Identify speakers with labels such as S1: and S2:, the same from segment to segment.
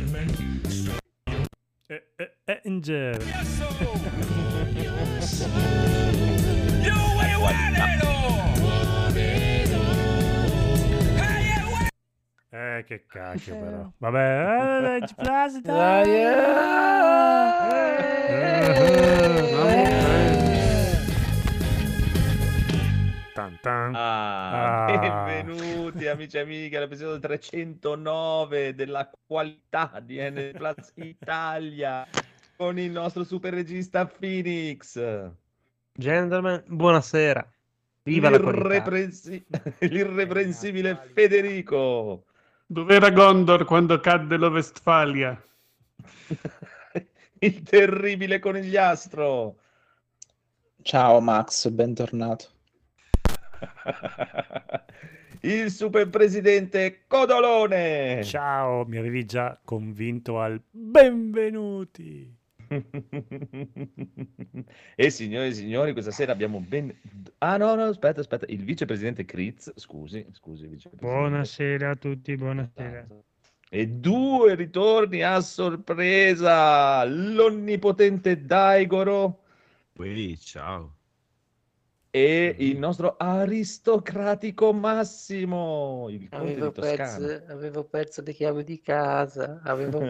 S1: Angel. Che cacchio però. Vabbè, Rage Plus, dai. Tan tan.
S2: Benvenuti amici e amiche all'episodio 309 della qualità di N Plus Italia con il nostro super regista Phoenix.
S3: Gentlemen, buonasera. Viva la qualità.
S2: L'irreprensibile Federico.
S4: Dov'era Gondor quando cadde la Westfalia?
S2: Il terribile conigliastro.
S5: Ciao Max, bentornato.
S2: Il super presidente Codolone.
S1: Ciao, mi avevi già convinto al benvenuti.
S2: E signore e signori, questa sera abbiamo aspetta, il vicepresidente Critz, scusi, vicepresidente.
S4: Buonasera a tutti, buonasera.
S2: E due ritorni a sorpresa, l'onnipotente Daigoro
S6: Ciao.
S2: e il nostro aristocratico Massimo, il conte di Toscana.
S3: Avevo perso le chiavi di casa.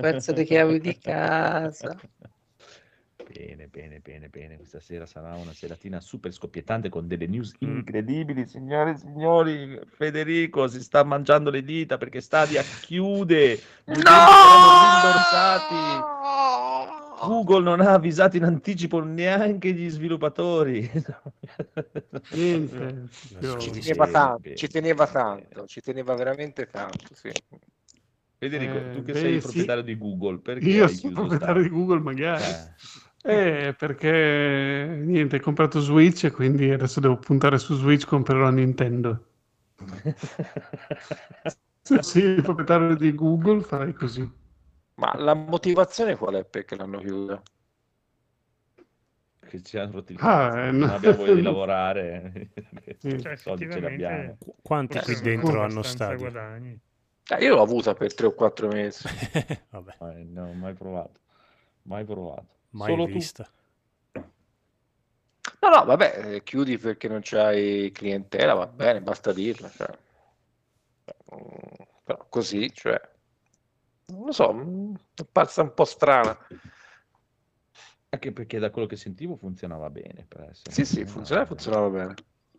S2: Bene. Questa sera sarà una seratina super scoppiettante con delle news incredibili, signore e signori. Federico si sta mangiando le dita perché Stadia chiude. Saranno rimborsati. Google non ha avvisato in anticipo neanche gli sviluppatori.
S4: Niente.
S3: Ci teneva veramente tanto, sì.
S2: Federico, tu che sei il proprietario di Google, perché
S4: io
S2: hai
S4: sono
S2: chiuso
S4: proprietario di
S2: Stadia?
S4: Google magari. Perché niente, ho comprato Switch e quindi adesso devo puntare su Switch, comprerò la Nintendo. Se sei il proprietario di Google farai così.
S3: Ma la motivazione qual è perché l'hanno chiusa?
S2: Che ci hanno rotto il
S4: no.
S2: non abbiamo voglia di lavorare.
S4: Cioè,
S2: Soldi ce li abbiamo.
S1: Quanti qui dentro hanno Stadia?
S4: guadagni.
S3: Io l'ho avuta per 3 o 4 mesi.
S1: Vabbè.
S2: No, mai provato.
S1: Mai
S2: Solo
S1: vista.
S3: No, vabbè, chiudi perché non c'hai clientela, va bene, basta dirlo. Cioè. Però così, cioè, non lo so, è parsa un po' strana.
S2: Anche perché da quello che sentivo funzionava bene. Per essere
S3: Sì, funzionava bene.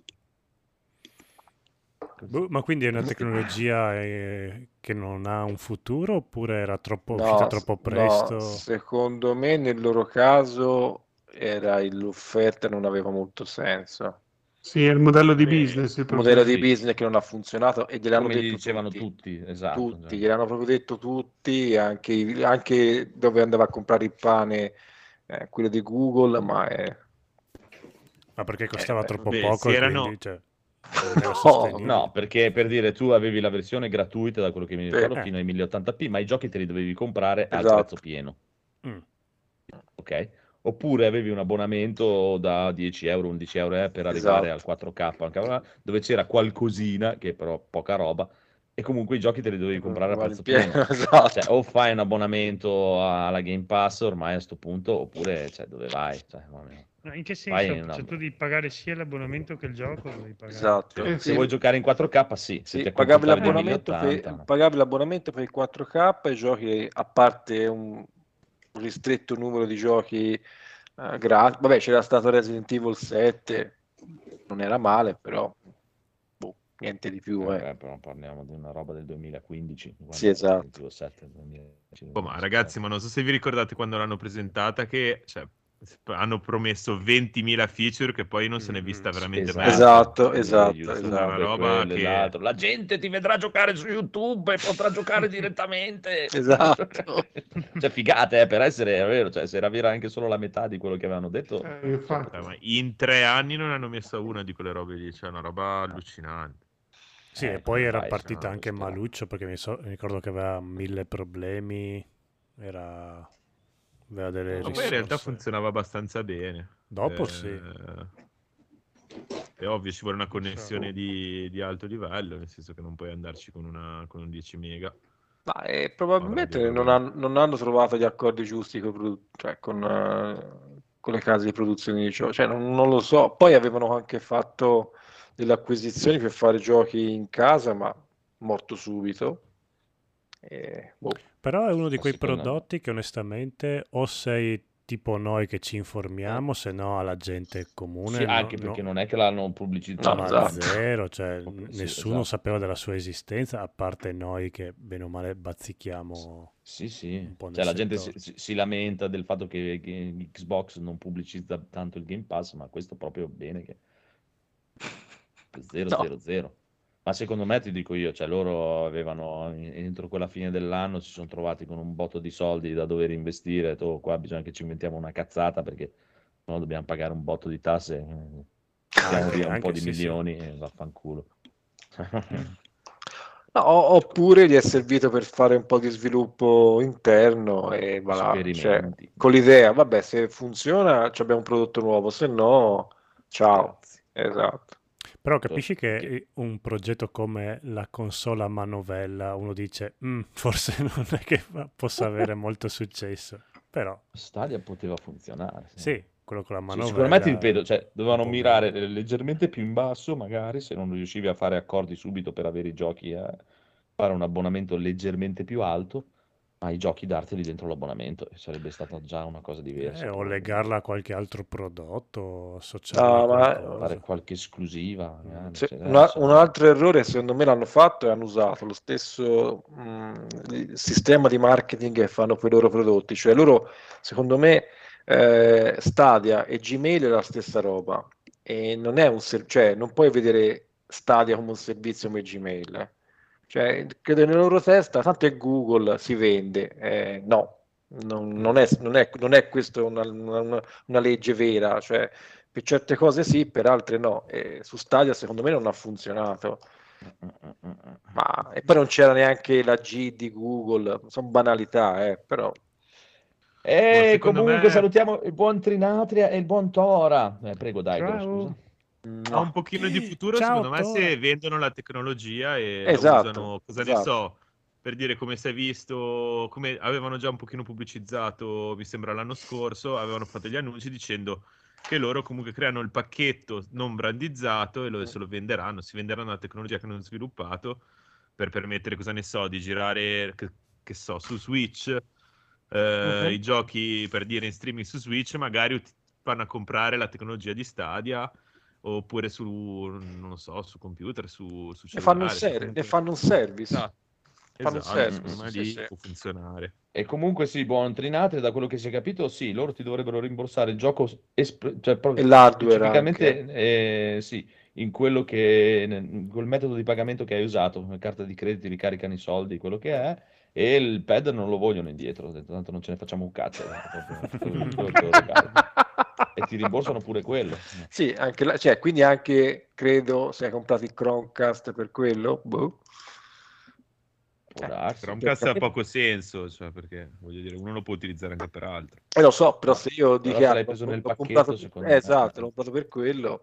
S1: Ma quindi è una tecnologia che non ha un futuro oppure era uscita troppo presto?
S3: No, secondo me nel loro caso l'offerta non aveva molto senso.
S4: Sì, è il modello di business.
S3: Il modello di business che non ha funzionato e gliel'hanno
S2: Come
S3: detto
S2: gli dicevano tutti, esatto.
S3: tutti, gliel'hanno proprio detto tutti, anche dove andava a comprare il pane, quello di Google, ma
S1: perché costava troppo poco quindi, cioè,
S2: no, perché per dire tu avevi la versione gratuita da quello che mi ricordo fino ai 1080p, ma i giochi te li dovevi comprare al prezzo pieno. Ok? Oppure avevi un abbonamento da 10 euro, 11 euro per arrivare al 4K, dove c'era qualcosina, che però poca roba, e comunque i giochi te li dovevi comprare a prezzo pieno.
S3: Esatto.
S2: Cioè, o fai un abbonamento alla Game Pass ormai a sto punto, oppure dove vai? Cioè,
S4: in che senso? Cioè, tu devi pagare sia l'abbonamento che il gioco? Devi pagare.
S3: Esatto.
S2: Se vuoi giocare in 4K, sì.
S3: Pagavi l'abbonamento per il 4K e giochi, a parte un ristretto numero di giochi gratis. Vabbè, c'era stato Resident Evil 7, non era male, però niente di più.
S2: Però parliamo di una roba del 2015.
S3: Sì, esatto.
S6: Ma ragazzi, ma non so se vi ricordate quando l'hanno presentata che hanno promesso 20.000 feature che poi non se n'è vista veramente mai.
S3: Esatto.
S6: Una roba che...
S2: La gente ti vedrà giocare su YouTube e potrà giocare direttamente.
S3: Esatto.
S2: Cioè, figate, per essere vero, cioè, se era vera anche solo la metà di quello che avevano detto.
S6: Ma in 3 anni non hanno messo una di quelle robe lì, cioè una roba allucinante.
S1: Sì, e poi era partita anche maluccio perché mi ricordo che aveva 1000 problemi, aveva delle risorse.
S6: Poi in realtà funzionava abbastanza bene.
S1: Dopo sì.
S6: È ovvio, ci vuole una connessione di alto livello, nel senso che non puoi andarci con un 10 mega.
S3: Probabilmente non hanno trovato gli accordi giusti con le case di produzione di giochi, cioè, non lo so. Poi avevano anche fatto delle acquisizioni per fare giochi in casa, ma morto subito.
S1: Però è uno di quei prodotti che onestamente o sei tipo noi che ci informiamo, se no alla gente comune.
S2: Sì, anche perché non è che l'hanno pubblicizzato.
S1: Esatto. Zero, cioè nessuno sapeva della sua esistenza, a parte noi che bene o male bazzichiamo.
S2: Sì.
S1: Un po'
S2: cioè la gente si lamenta del fatto che Xbox non pubblicizza tanto il Game Pass, ma questo proprio bene che 000. Ma secondo me, ti dico io, cioè loro avevano entro quella fine dell'anno si sono trovati con un botto di soldi da dover investire, qua bisogna che ci inventiamo una cazzata perché no dobbiamo pagare un botto di tasse, stiamo via un po' di milioni e vaffanculo.
S3: No, oppure gli è servito per fare un po' di sviluppo interno e cioè, con l'idea, vabbè, se funziona abbiamo un prodotto nuovo, se no, ciao.
S2: Grazie.
S3: Esatto.
S1: Però capisci che un progetto come la console a manovella, uno dice, forse non è che possa avere molto successo, però...
S2: Stadia poteva funzionare.
S1: Sì, quello con la manovella...
S2: Sicuramente, ripeto, cioè, dovevano mirare leggermente più in basso, magari, se non riuscivi a fare accordi subito per avere i giochi, fare un abbonamento leggermente più alto, ma i giochi darteli dentro l'abbonamento, sarebbe stata già una cosa diversa.
S1: O legarla a qualche altro prodotto, associarla
S2: fare qualche esclusiva.
S3: Un altro errore, secondo me, l'hanno fatto e hanno usato lo stesso sistema di marketing che fanno per i loro prodotti. Cioè loro, secondo me, Stadia e Gmail è la stessa roba. E non è cioè non puoi vedere Stadia come un servizio come Gmail. Cioè, credo nella loro testa, tanto è Google, si vende. No, non è questa una legge vera, cioè per certe cose sì, per altre no. E su Stadia secondo me non ha funzionato. E poi non c'era neanche la G di Google, sono banalità, però.
S2: Comunque salutiamo il buon Trinatria e il buon Tora. Prego, dai, scusa.
S6: Ha un pochino di futuro, secondo me, se vendono la tecnologia e la usano, ne so, per dire, come si è visto, come avevano già un pochino pubblicizzato, mi sembra l'anno scorso, avevano fatto gli annunci dicendo che loro comunque creano il pacchetto non brandizzato e se lo venderanno, si venderanno la tecnologia che hanno sviluppato per permettere, cosa ne so, di girare, che so, su Switch, i giochi, per dire, in streaming su Switch, magari fanno a comprare la tecnologia di Stadia, oppure non lo so, su computer, su cellulare.
S3: Ne fanno un service.
S6: Lì può funzionare.
S2: E comunque sì, buon Trinate, da quello che si è capito, sì, loro ti dovrebbero rimborsare il gioco, cioè proprio specificamente sì, in quello col metodo di pagamento che hai usato, la carta di credito, ricaricano i soldi, quello che è, e il pad non lo vogliono indietro, tanto non ce ne facciamo un cazzo. E ti rimborsano pure quello.
S3: Sì, anche cioè, quindi anche, credo, se hai comprato il Chromecast per quello,
S6: Chromecast ha poco senso, cioè, perché voglio dire, uno lo può utilizzare anche per altro.
S3: Lo so, però se io dico
S2: l'hai preso nel pacchetto, secondo me.
S3: Esatto, l'ho comprato per quello.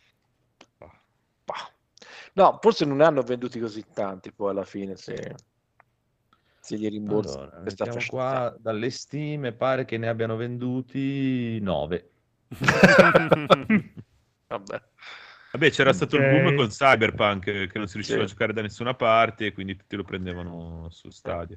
S3: No, forse non ne hanno venduti così tanti poi alla fine, se gli rimborsano.
S2: Allora, qua dalle stime pare che ne abbiano venduti 9.
S6: Vabbè, c'era stato il boom con Cyberpunk che non si riusciva a giocare da nessuna parte e quindi tutti lo prendevano su Stadia.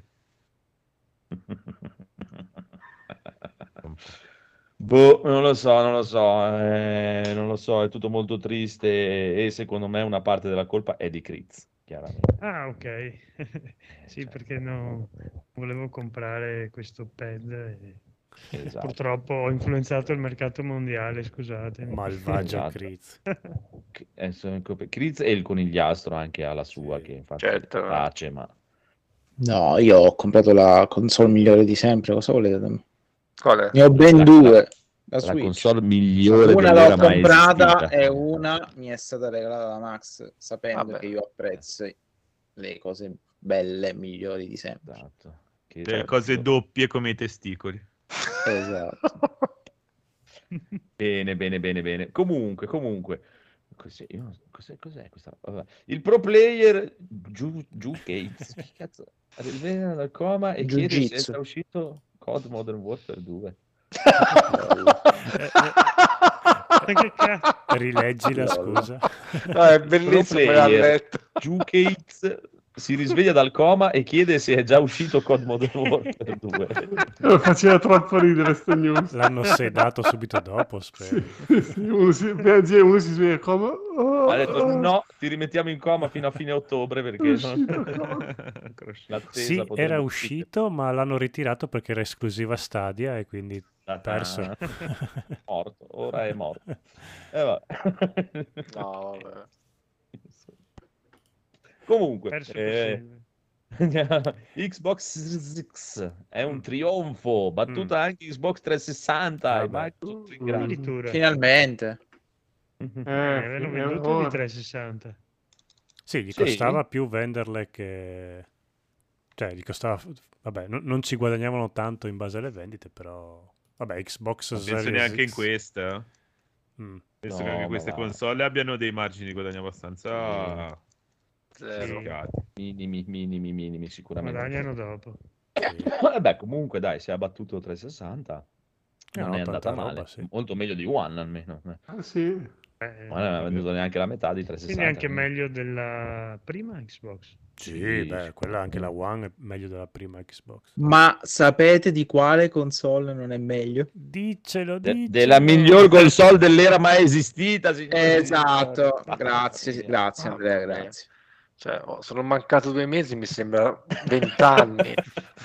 S2: Non lo so, è tutto molto triste e secondo me una parte della colpa è di Kriz, chiaramente.
S7: Ah, ok. Sì, perché no, volevo comprare questo pad e purtroppo ho influenzato il mercato mondiale, scusate.
S1: Malvagio Kriz.
S2: Kriz e il conigliastro anche alla sua, che infatti tace, ma...
S5: No, io ho comprato la console migliore di sempre, cosa volete da me?
S3: Qual è?
S5: Ne ho ben due.
S2: La console migliore
S5: una
S2: dell'era
S5: l'ho
S2: mai
S5: comprata
S2: esistita.
S5: E una mi è stata regalata da Max, sapendo che io apprezzo le cose belle, migliori di sempre.
S2: Esatto.
S6: Le cose doppie come i testicoli.
S5: Esatto.
S2: Bene. Comunque, Cos'è questa? Vabbè. Il pro player Gates, che cazzo? Rivela dal coma e chiede se è già uscito COD Modern Warfare 2.
S1: Rileggila, scusa.
S3: No, è bellissimo.
S2: Gates si risveglia dal coma e chiede se è già uscito COD Modern Warfare 2.
S4: Faceva troppo ridere sta news.
S1: L'hanno sedato subito dopo, spero.
S4: Sì. Uno si sveglia dal coma.
S2: Ha detto no, ti rimettiamo in coma fino a fine ottobre perché
S1: sì, era uscito, ma l'hanno ritirato perché era esclusiva Stadia e quindi perso.
S2: Morto, ora è morto.
S3: No, vabbè.
S2: Comunque, Xbox X è un trionfo, battuta anche Xbox 360 e Microsoft in grande.
S5: Finalmente.
S7: Avevano venduto di 360.
S1: Sì, gli costava più venderle che... Cioè, gli costava... Vabbè, non ci guadagnavano tanto in base alle vendite, però... Vabbè, Xbox...
S6: Non penso neanche in questa. Penso che anche queste console abbiano dei margini di guadagno abbastanza...
S2: minimi sicuramente.
S7: Guadagnano dopo.
S2: Vabbè, comunque dai, si è abbattuto 360. Non è andata male. Molto meglio di One almeno.
S4: Sì.
S2: Non ha venduto neanche la metà di 360.
S7: Quindi anche meglio della prima Xbox.
S1: Sì, beh, quella anche la One è meglio della prima Xbox.
S5: Ma sapete di quale console non è meglio?
S1: Dicelo.
S2: Della miglior console dell'era mai esistita.
S5: Esatto, grazie Andrea, grazie.
S3: Cioè, sono mancato 2 mesi, mi sembra 20 anni.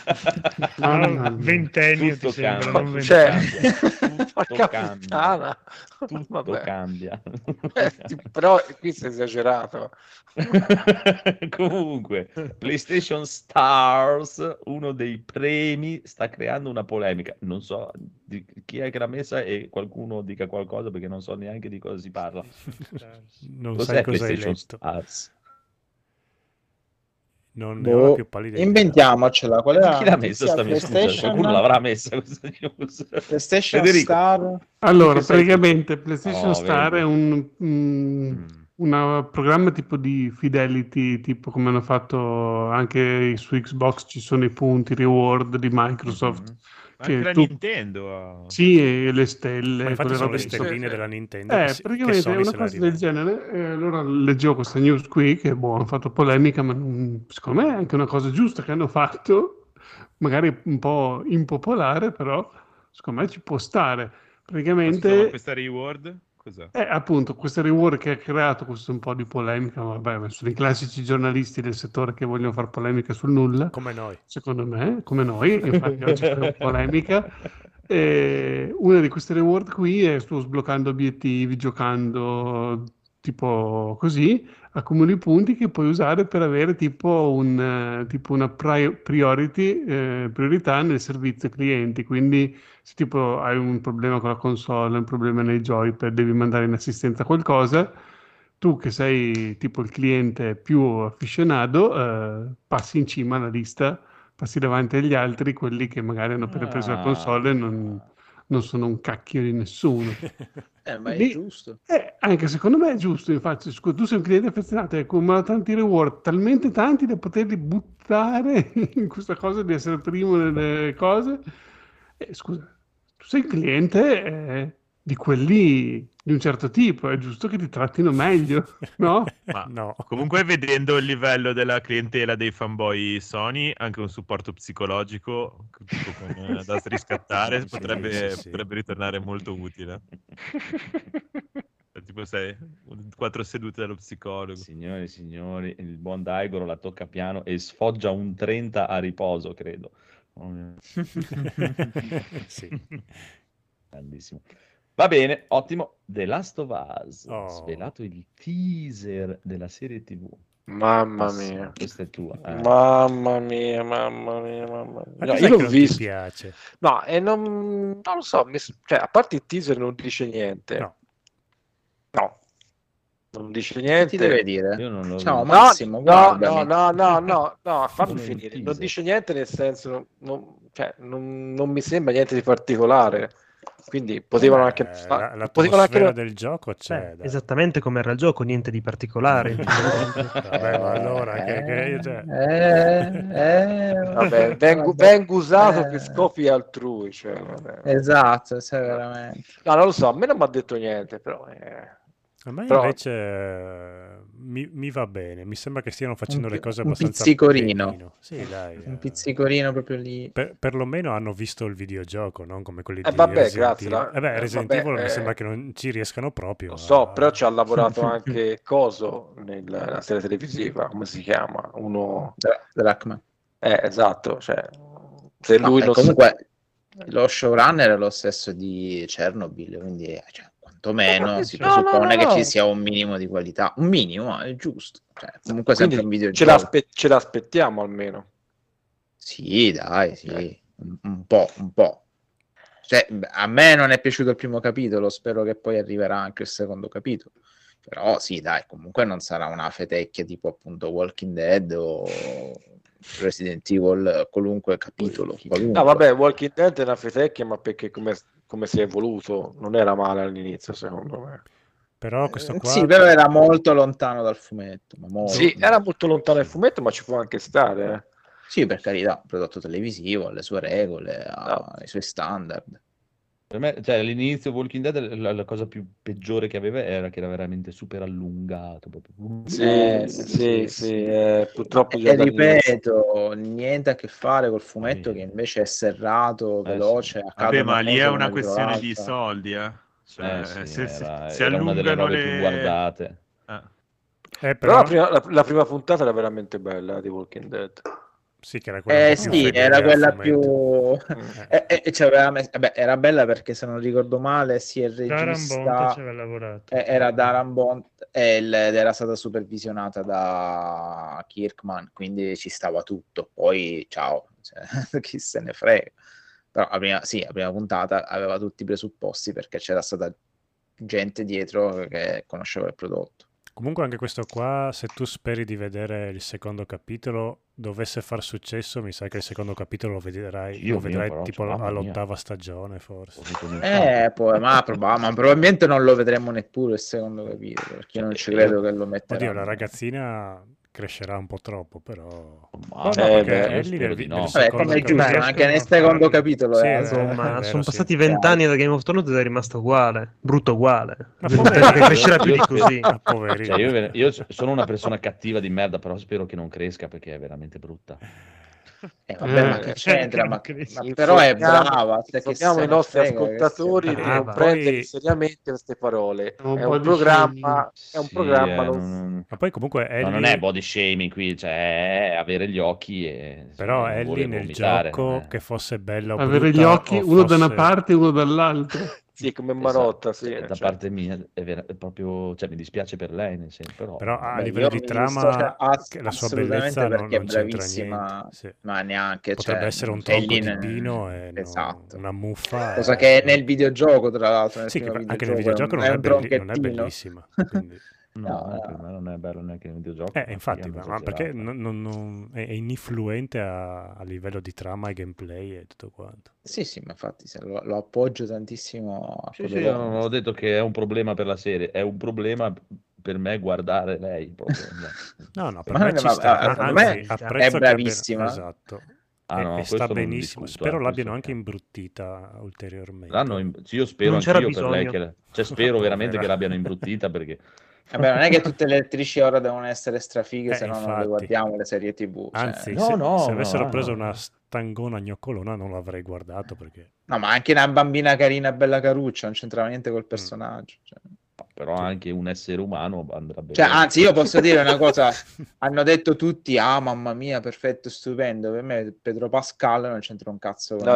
S7: Ventennio ti sembra, non 20
S3: anni.
S2: Tutto cambia.
S3: Però qui si è esagerato.
S2: Comunque, PlayStation Stars, uno dei premi, sta creando una polemica. Non so di chi è che l'ha messa e qualcuno dica qualcosa perché non so neanche di cosa si parla.
S1: Non
S2: Cos'è
S1: sai cosa hai
S2: PlayStation
S1: letto.
S2: Stars?
S1: Non ne ho la più pallida idea.
S5: Inventiamocela. Qual è
S2: chi l'ha messa sta news? Qualcuno l'avrà messa questa news.
S5: PlayStation Star.
S4: Allora, praticamente PlayStation Star è un programma tipo di Fidelity, tipo come hanno fatto anche su Xbox, ci sono i punti reward di Microsoft.
S6: Anche la Nintendo
S4: sì, e le stelle.
S1: Ma infatti sono le stelline della Nintendo
S4: praticamente è una cosa del genere. Allora leggevo questa news qui che hanno fatto polemica, ma secondo me è anche una cosa giusta che hanno fatto, magari un po' impopolare, però secondo me ci può stare. Praticamente
S6: questa reward cos'è?
S4: Appunto, questo reward che ha creato questo un po' di polemica, vabbè, sono i classici giornalisti del settore che vogliono fare polemica sul nulla.
S1: Come noi.
S4: Secondo me, come noi, infatti oggi faremo polemica. Una di queste reward qui è sbloccando obiettivi, giocando tipo così, accumuli punti che puoi usare per avere tipo una priorità nel servizio clienti, quindi se tipo hai un problema con la console, un problema nei joypad, devi mandare in assistenza qualcosa, tu che sei tipo il cliente più afficionato, passi in cima alla lista, passi davanti agli altri, quelli che magari hanno appena preso la console e non sono un cacchio di nessuno.
S5: Ma è giusto.
S4: Anche secondo me è giusto, infatti, tu sei un cliente affezionato e accumula tanti reward, talmente tanti da poterli buttare in questa cosa di essere primo nelle cose. Scusa, tu sei il cliente di quelli di un certo tipo, è giusto che ti trattino meglio, no?
S6: Ma
S1: no.
S6: Comunque, vedendo il livello della clientela dei fanboy Sony, anche un supporto psicologico tipo da riscattare potrebbe ritornare molto utile. Tipo 4 sedute dallo psicologo.
S2: Signori e signori, il buon Daigoro la tocca piano e sfoggia un 30 a riposo, credo.
S1: Sì.
S2: Grandissimo. Va bene, ottimo. The Last of Us, svelato il teaser della serie TV.
S3: Mamma mia.
S2: Questa è tua.
S3: Mamma mia.
S1: Ma
S3: no,
S1: io l'ho visto. Ti piace?
S3: No, e non lo so, cioè, a parte il teaser non dice niente.
S1: No.
S3: Non dice niente.
S5: Ti deve dire?
S2: Io non lo
S5: Ciao Massimo.
S3: No, fammi finire. Non dice niente nel senso, non mi sembra niente di particolare. quindi potevano anche
S1: l'atmosfera del gioco c'è.
S8: Esattamente come era il gioco, niente di particolare.
S1: Vabbè, ma allora
S3: vabbè, vengo usato per scopi altrui, cioè,
S5: esatto, veramente.
S3: No, non lo so, a me non mi ha detto niente, però
S1: a me invece mi va bene, mi sembra che stiano facendo le cose abbastanza
S5: pizzicorino.
S1: Sì, dai,
S5: un pizzicorino proprio lì.
S1: Perlomeno hanno visto il videogioco, non come quelli di
S3: Resident
S1: Evil. Resident Evil mi sembra che non ci riescano proprio.
S3: Lo so, però ci ha lavorato anche Coso nella serie televisiva, come si chiama? Uno
S5: Drachman.
S3: Esatto, cioè se lui
S5: comunque lo showrunner è lo stesso di Chernobyl, quindi quantomeno si presuppone che ci sia un minimo di qualità, un minimo, è giusto, comunque sempre un videogioco.
S3: Ce l'aspettiamo almeno.
S5: Sì, dai, sì, un po'. Cioè, a me non è piaciuto il primo capitolo, spero che poi arriverà anche il secondo capitolo, però sì, dai, comunque non sarà una fetecchia tipo appunto Walking Dead o Resident Evil, qualunque capitolo.
S3: No, vabbè, Walking Dead è una fetecchia, ma perché come si è evoluto non era male all'inizio, secondo me.
S1: Però questo qua...
S5: Sì, però era molto lontano dal fumetto.
S3: Sì, era molto lontano dal fumetto, ma ci può anche stare.
S5: Sì, per carità, prodotto televisivo, ha le sue regole, ha i suoi standard.
S2: Per me, cioè, all'inizio Walking Dead la cosa più peggiore che aveva era che era veramente super allungato.
S3: Sì, purtroppo
S5: e ripeto, niente a che fare col fumetto che invece è serrato, veloce.
S6: Vabbè, ma lì è una questione di soldi, Cioè, se
S2: era una delle robe più guardate.
S3: Però la prima puntata era veramente bella di Walking Dead.
S1: Sì, che era quella,
S5: era quella più era bella perché, se non ricordo male, sia il regista era Darren Bond ed era stata supervisionata da Kirkman, quindi ci stava tutto. Poi ciao, chi se ne frega. Però la prima puntata aveva tutti i presupposti, perché c'era stata gente dietro che conosceva il prodotto.
S1: Comunque anche questo qua, se tu speri di vedere il secondo capitolo, dovesse far successo, mi sa che il secondo capitolo lo vedrai tipo all'8ª stagione, forse.
S5: Poi, ma probabilmente non lo vedremo neppure il secondo capitolo, perché io non ci credo che lo metterà.
S1: Oddio, la ragazzina crescerà un po' troppo, però
S5: come è giusto, anche nel secondo capitolo
S8: insomma, sono passati 20 anni da Game of Thrones ed è rimasto uguale, brutto uguale, perché crescerà più di così.
S2: Cioè, io sono una persona cattiva di merda, però spero che non cresca, perché è veramente brutta.
S5: Ma che c'entra? Ma però è brava.
S3: Sappiamo i nostri ascoltatori di non prendere seriamente queste parole. È un programma.
S1: Ma poi comunque Ellie...
S2: non è body shaming qui, cioè è avere gli occhi e...
S1: Però Ellie nel gioco che fosse bella o
S4: avere gli occhi uno da una parte e uno dall'altra.
S3: Sì, come Marotta,
S2: da parte mia è proprio, cioè mi dispiace per lei, nel senso, però
S1: a livello di trama la sua bellezza non c'entra niente,
S5: ma neanche
S1: potrebbe essere un tronco di pino e una muffa,
S5: cosa che nel videogioco, tra l'altro,
S1: anche nel videogioco non è bellissima, quindi...
S2: No, per me non è bello neanche nel videogioco.
S1: Infatti, ma perché è ininfluente a livello di trama e gameplay e tutto quanto.
S5: Sì, ma infatti lo appoggio tantissimo.
S2: Io non ho detto che è un problema per la serie, è un problema per me guardare lei.
S1: No, per me ci sta.
S5: È bravissima.
S1: Esatto. E sta benissimo. Spero l'abbiano anche imbruttita ulteriormente.
S2: Io spero anch'io per lei spero veramente che l'abbiano imbruttita, perché...
S5: Vabbè, non è che tutte le attrici ora devono essere strafighe, se no non le guardiamo le serie TV.
S1: Anzi, se avessero preso una stangona gnoccolona non l'avrei guardato, perché...
S5: No, ma anche una bambina carina, bella caruccia, non c'entrava niente col personaggio.
S2: Però anche un essere umano andrà bene.
S5: Anzi, io posso dire una cosa, hanno detto tutti, mamma mia, perfetto, stupendo. Per me Pedro Pascal non c'entra un cazzo con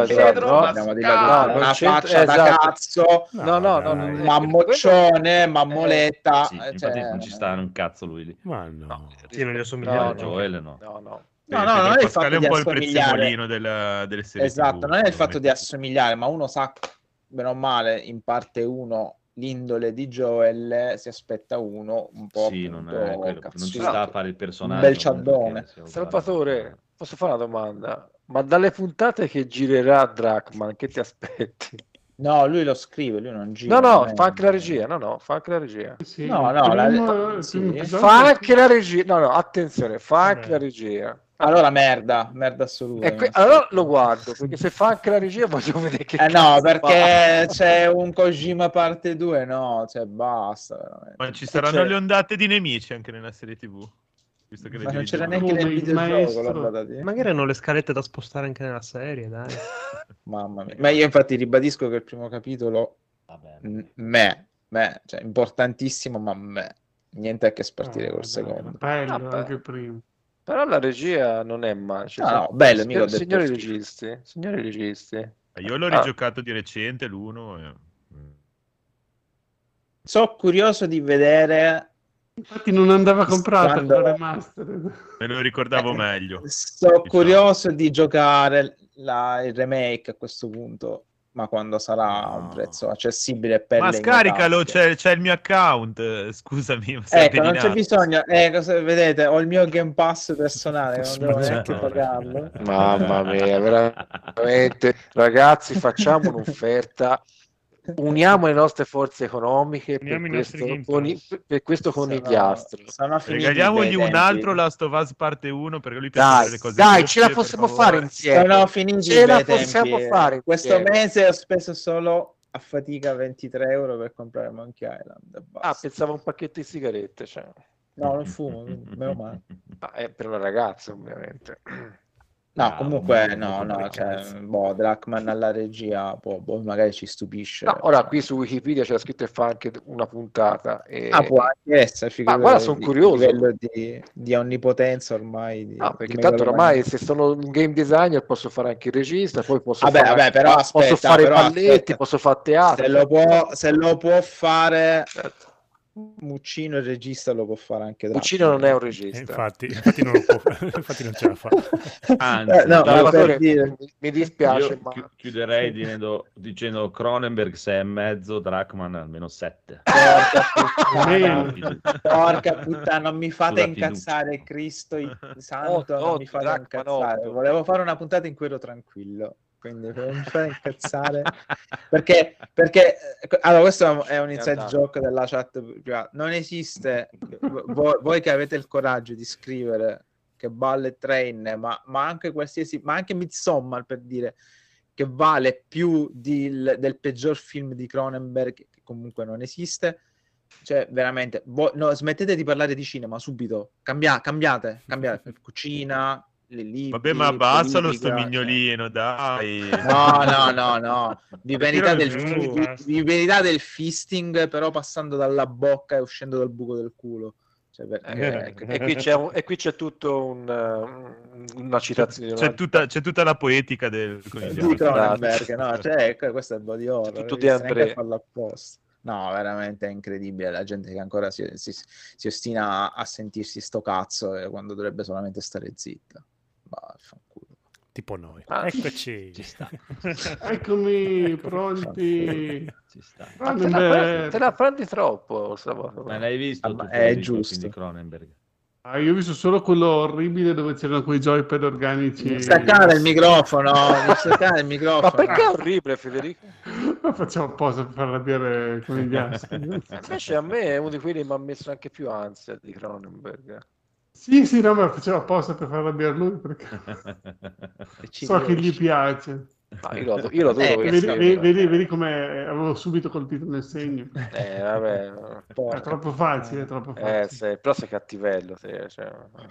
S5: una faccia da cazzo, un mammoccione, mammoletta.
S2: Infatti non ci sta un cazzo lui lì.
S1: Ma no.
S8: Sì, non gli assomiglia a
S2: Joel,
S5: no, non è il fatto di assomigliare
S6: delle serie
S5: esatto,
S6: TV,
S5: non è il fatto di assomigliare, ma uno sa, bene o male, in parte uno l'indole di Joel, si aspetta uno un po',
S2: non ci sta a fare il personaggio,
S5: un bel ciaddone.
S3: Salvatore, posso fare una domanda? Ma dalle puntate che girerà Drachman, che ti aspetti?
S5: No, lui lo scrive, lui non gira.
S3: No, fa anche la regia. Fa anche la regia.
S5: Sì,
S3: fa anche la regia. No, attenzione, fa anche la regia.
S5: Allora merda assoluta.
S3: Allora lo guardo, perché se fa anche la regia voglio vedere che
S5: no, perché c'è un Kojima parte 2, no, cioè basta. Veramente.
S6: Ma ci saranno le ondate di nemici anche nella serie TV. Visto che
S5: ma non c'era neanche nel videogioco.
S8: Magari hanno le scalette da spostare anche nella serie, dai.
S5: Mamma mia. Ma io infatti ribadisco che il primo capitolo cioè importantissimo, ma niente a che spartire col secondo.
S4: Bello anche il primo.
S3: Però la regia non è male.
S5: No, bello, mica
S3: signori registi.
S6: Io l'ho rigiocato di recente l'1.
S5: Sono curioso di vedere.
S4: Infatti non andava comprata la remaster.
S6: Me lo ricordavo meglio.
S5: Sono curioso di giocare il remake a questo punto, ma quando sarà un prezzo accessibile per
S6: ma scaricalo, c'è il mio account, scusami.
S5: Ecco, non c'è bisogno, vedete, ho il mio Game Pass personale, non devo neanche pagarlo.
S3: Mamma mia, veramente, ragazzi, facciamo un'offerta. Uniamo le nostre forze economiche per questo conigliastro.
S6: Regaliamogli un altro Last of Us parte 1 perché lui
S3: piace le cose. Dai, ce la possiamo fare insieme.
S5: Sono finiti ce la possiamo fare. Questo mese ho speso solo a fatica 23 euro per comprare Monkey Island.
S3: Pensavo un pacchetto di sigarette. Cioè.
S5: No, non fumo, meno male.
S3: È per una ragazza, ovviamente.
S5: No, comunque cioè, Druckmann alla regia magari ci stupisce.
S3: No, ora qui su Wikipedia c'è scritto che fa anche una puntata.
S5: Può anche essere.
S3: Ma guarda, sono curioso.
S5: Livello di onnipotenza ormai.
S3: Perché tanto ormai se sono un game designer posso fare anche il regista, poi posso
S5: posso
S3: fare i balletti, posso fare teatro.
S5: Se lo può fare... Muccino il regista lo può fare anche
S3: Muccino non è un regista,
S1: infatti non lo può, infatti non ce la fa.
S6: Anzi,
S3: mi dispiace, ma
S6: chiuderei dicendo Cronenberg 6,5, Druckmann almeno 7.
S5: Porca puttana, non mi fate incazzare, Cristo santo, non mi fate incazzare. Volevo fare una puntata in cui ero tranquillo, quindi non mi fate incazzare perché allora questo è un inside joke della chat privata. Non esiste voi che avete il coraggio di scrivere che Bullet Train ma anche qualsiasi, ma anche Midsommar, per dire, che vale più del peggior film di Cronenberg, che comunque non esiste, cioè veramente smettete di parlare di cinema subito, cambiate cucina.
S6: Vabbè, ma abbassalo sto mignolino, dai.
S5: No. Divinità del fisting, però passando dalla bocca e uscendo dal buco del culo. Cioè,
S3: e qui c'è tutto una citazione.
S6: C'è tutta la poetica di
S5: Cronenberg, no? Cioè, questo è il body horror.
S3: Tutto di Andrea.
S5: No, veramente è incredibile la gente che ancora si ostina a sentirsi sto cazzo quando dovrebbe solamente stare zitta.
S1: Tipo noi. Eccoci.
S4: Ci sta. Eccomi, pronti.
S3: Ci sta. Te la prendi troppo stavolta.
S6: Ma l'hai visto?
S5: È giusto.
S6: Di Cronenberg.
S4: Io ho visto solo quello orribile dove c'erano quei joypad organici.
S5: Staccare il microfono. Ma
S3: perché è orribile, Federico?
S4: Lo facciamo apposta per far arrabbiare con gli assi.
S3: Invece a me è uno di quelli che mi ha messo anche più ansia di Cronenberg.
S4: Sì, no, ma lo facevo apposta per far arrabbiare lui, perché so che gli piace.
S3: Io lo adoro.
S4: Vedi come avevo subito colpito nel segno.
S3: Vabbè.
S4: È troppo facile,
S3: sì, però sei cattivello. Cioè...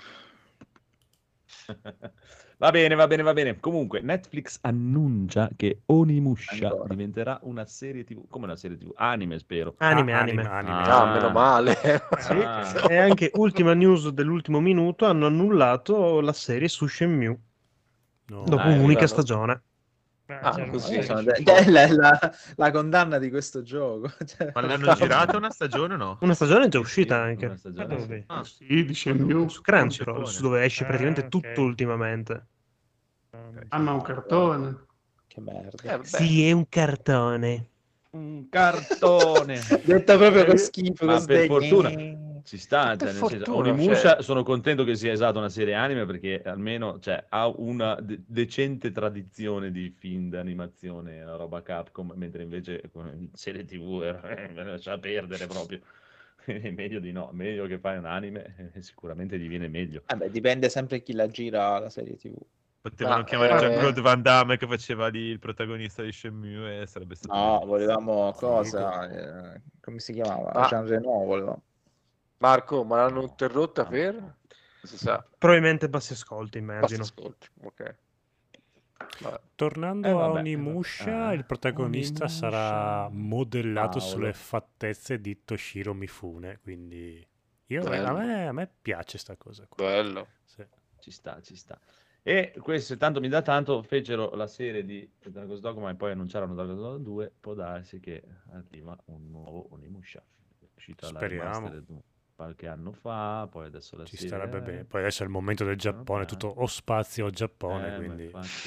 S6: Va bene. Comunque, Netflix annuncia che Onimusha diventerà una serie TV. Come una serie TV? Anime, spero.
S8: Anime.
S3: Meno male.
S8: Sì. E anche ultima news dell'ultimo minuto, hanno annullato la serie su Shenmue. Dopo un'unica stagione.
S5: Così. La condanna di questo gioco.
S6: Ma l'hanno girata una stagione o no?
S8: Una stagione è già uscita anche.
S4: Sì, di Shenmue.
S8: Su Crunchyroll, dove esce praticamente tutto ultimamente.
S4: Ma un cartone.
S5: Che merda.
S8: Sì, è un cartone.
S6: Un cartone.
S5: Detto proprio con schifo.
S6: Ma per fortuna.
S2: Ci sta, cioè, nel senso, Onimusha sono contento che sia esatto una serie anime perché almeno ha una decente tradizione di film d'animazione, la roba Capcom, mentre invece con serie TV me lascia perdere proprio. Meglio di no, meglio che fai un anime, sicuramente gli viene meglio.
S5: Dipende sempre chi la gira la serie TV.
S6: Potevano chiamare Jean-Claude Van Damme che faceva lì il protagonista di Shenmue e sarebbe stato...
S5: No, volevamo cosa? Come si chiamava? Jean Reno volevamo.
S3: Marco, ma l'hanno interrotta per? Non si sa.
S8: Probabilmente bassi ascolti, immagino.
S3: Bassi ascolti, ok.
S1: Tornando a Onimusha, il protagonista sarà modellato sulle fattezze di Toshiro Mifune, quindi a me piace sta cosa qua.
S3: Bello.
S2: Sì. Ci sta. E questo tanto mi dà tanto, fecero la serie di Dragon's Dogma e poi annunciarono Dragon's Dogma 2, può darsi che arriva un nuovo Onimusha. È uscita
S1: Speriamo.
S2: Qualche anno fa, poi adesso la
S1: ci
S2: serie...
S1: starebbe bene. Poi adesso è il momento del Giappone, tutto o spazio o Giappone, quindi...
S2: Infatti...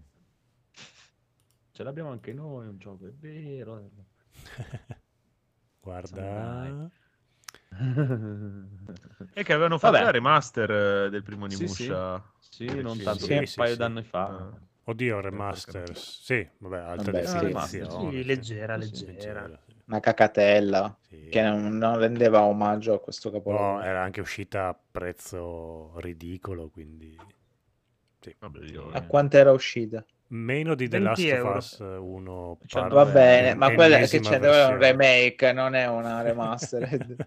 S2: Ce l'abbiamo anche noi, un gioco, è vero.
S1: Guarda...
S6: E che avevano fatto la remaster del primo Onimusha.
S2: Sì, non tanto, un paio d'anni fa.
S1: Oddio, remaster. Sì, vabbè, alta definizione.
S8: Sì, leggera.
S5: Una cacatella che non rendeva omaggio a questo capolavoro.
S1: No, era anche uscita a prezzo ridicolo, quindi... Sì.
S2: Vabbè,
S5: a quanto era uscita?
S1: Meno di The Last of Us 1.
S5: Va bene, ma quella che c'è è un remake, non è una remastered.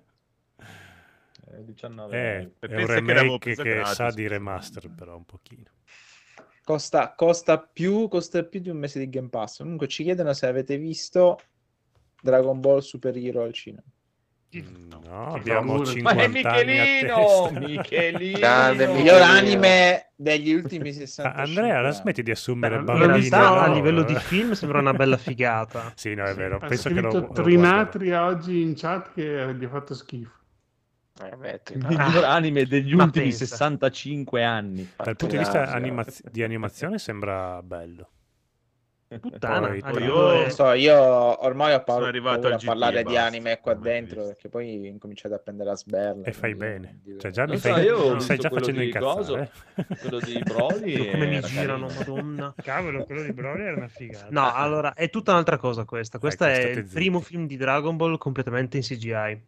S2: 19
S1: è un remake che sa di remaster, però un pochino.
S5: Costa più di un mese di Game Pass. Comunque ci chiedono se avete visto Dragon Ball Super Hero al cinema.
S1: No, abbiamo 50
S2: Michelino!
S5: Il miglior anime degli ultimi 60 anni.
S1: Andrea, la smetti di assumere
S8: bambini. A livello di film sembra una bella figata.
S1: Sì, no, è vero.
S4: Ha scritto Trinatri oggi in chat che gli ha fatto schifo.
S2: Il miglior anime degli ultimi 65 anni.
S1: Dal punto di vista di animazione sembra bello.
S8: Puttana,
S5: io ormai ho paura a parlare di anime qua dentro perché poi incominciate a prendere a sberla
S1: e fai bene, cioè già mi stai già facendo incazzare.
S2: Quello di Broly
S8: come mi girano, madonna,
S7: cavolo, quello di Broly era una figata.
S8: No, allora è tutta un'altra cosa questa è il primo film di Dragon Ball completamente in CGI.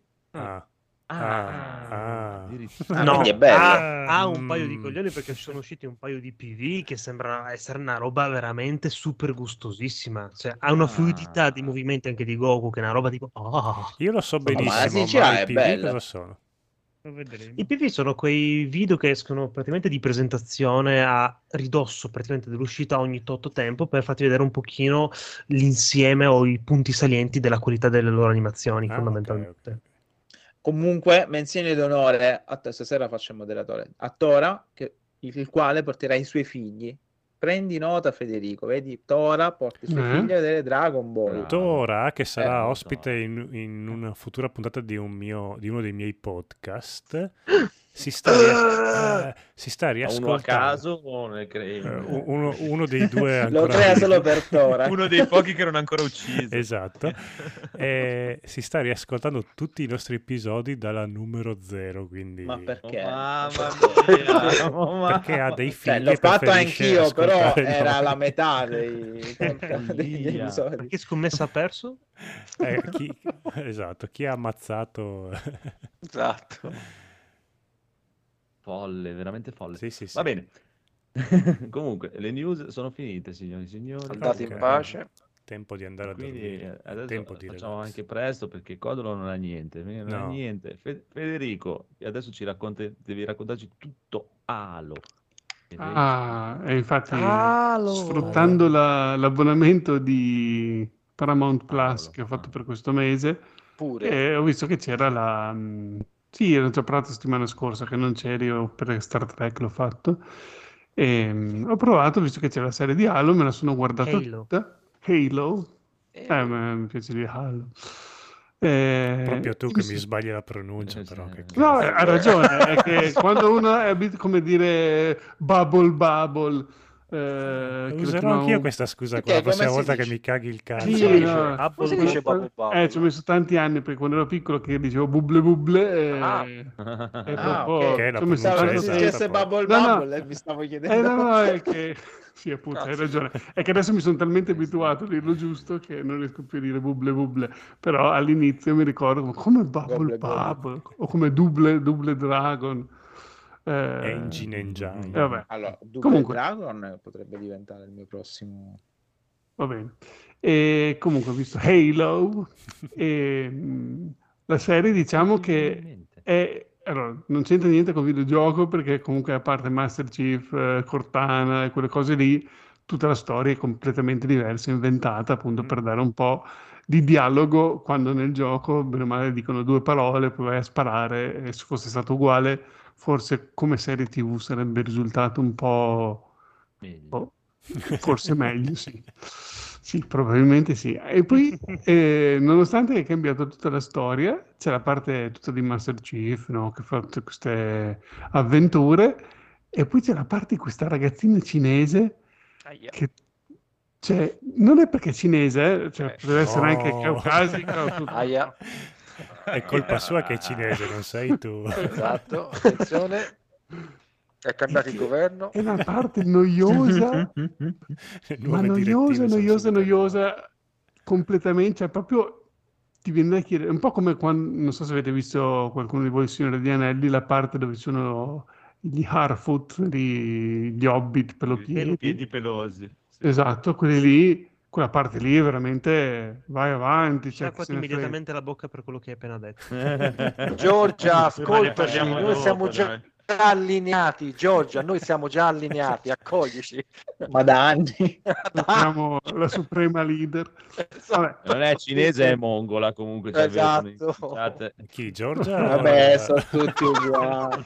S5: No, è bello.
S8: Ha un paio di coglioni perché sono usciti un paio di PV che sembra essere una roba veramente super gustosissima, cioè ha una fluidità di movimenti anche di Goku che è una roba tipo
S1: io lo so benissimo, ma i PV cosa sono?
S8: I PV sono quei video che escono praticamente di presentazione a ridosso praticamente dell'uscita ogni tot tempo per farti vedere un pochino l'insieme o i punti salienti della qualità delle loro animazioni fondamentalmente.
S5: Okay. Comunque, menzione d'onore, stasera faccio il moderatore, a Tora, il quale porterà i suoi figli. Prendi nota, Federico, vedi, Tora porta i suoi figli a vedere Dragon Ball.
S1: Tora, che sarà ospite in una futura puntata di uno dei miei podcast, si sta riascoltando.
S2: Uno a caso o ne crei?
S1: Uno dei due ancora
S5: lo crea solo per Tora.
S6: Uno dei pochi che non ha ancora ucciso.
S1: Esatto. Si sta riascoltando tutti i nostri episodi dalla numero 0, quindi...
S5: Ma perché?
S1: Perché ha dei figli.
S5: L'ho fatto anch'io, però era la metà degli episodi.
S8: Perché scommessa ha perso?
S1: Esatto, chi ha ammazzato...
S5: Esatto.
S2: Folle, veramente folle.
S1: Sì.
S2: Va bene. Comunque, le news sono finite, signori e signori.
S3: Andate in pace.
S1: Tempo di andare a dormire.
S2: Adesso
S1: tempo di
S2: facciamo
S1: relax.
S2: anche presto perché Codolo non ha niente. Non ha niente. Federico, adesso devi raccontarci tutto Halo.
S4: E infatti sfruttando l'abbonamento di Paramount Plus che ho fatto per questo mese, ho visto che c'era sì, ero già provato la settimana scorsa che non c'eri, io per Star Trek l'ho fatto. Ho provato, visto che c'era la serie di Halo, me la sono guardata tutta. Halo. Mi piace di Halo.
S1: Proprio tu che mi sbagli la pronuncia, però.
S4: No, ha ragione, è che quando uno è come dire bubble,
S1: Userò anch'io questa scusa qua la prossima volta che mi caghi il cazzo.
S3: Sì, come si dice
S4: Bubble Bubble? Ci ho messo tanti anni perché quando ero piccolo che dicevo bubble bubble e dopo
S5: che la pensavo si dicesse Bubble Bubble mi stavo chiedendo.
S4: No, è che sì, appunto, hai ragione. È che adesso mi sono talmente abituato a dirlo giusto che non riesco più a dire bubble bubble. Però all'inizio mi ricordo come Bubble Bubble o come Double Dragon.
S1: Engine.
S4: Vabbè.
S5: Allora, Double Dragon potrebbe diventare il mio prossimo.
S4: Va bene. E comunque ho visto Halo e la serie diciamo che è allora, non c'entra niente con il videogioco perché comunque a parte Master Chief, Cortana e quelle cose lì, tutta la storia è completamente diversa, inventata appunto per dare un po' di dialogo quando nel gioco bene o male dicono 2 parole, poi vai a sparare e se fosse stato uguale forse come serie TV sarebbe risultato un po'... forse meglio, sì. Sì, probabilmente sì. E poi, nonostante è cambiato tutta la storia, c'è la parte tutta di Master Chief, no? Che fa tutte queste avventure, e poi c'è la parte di questa ragazzina cinese che... Cioè, non è perché è cinese, cioè, potrebbe essere anche caucasica.
S1: È colpa sua che è cinese, non sei tu.
S3: Esatto, attenzione. È cambiato il governo.
S4: È una parte noiosa, ma noiosa, completamente, cioè proprio ti viene da chiedere, un po' come quando, non so se avete visto qualcuno di voi il Signore degli Anelli, la parte dove sono gli Harfoot, gli Hobbit
S6: piedi pelosi.
S4: Esatto, quelli lì, quella parte lì veramente vai avanti.
S8: Sciacquati immediatamente la bocca per quello che hai appena detto.
S3: Giorgia, ascoltaci, noi siamo già allineati, Giorgia, noi siamo già allineati, accoglici.
S5: Ma da anni.
S4: Siamo la suprema leader.
S2: Vabbè. Non è cinese, è mongola comunque.
S3: Esatto.
S1: Chi, Giorgia?
S5: Vabbè, sono tutti uguali.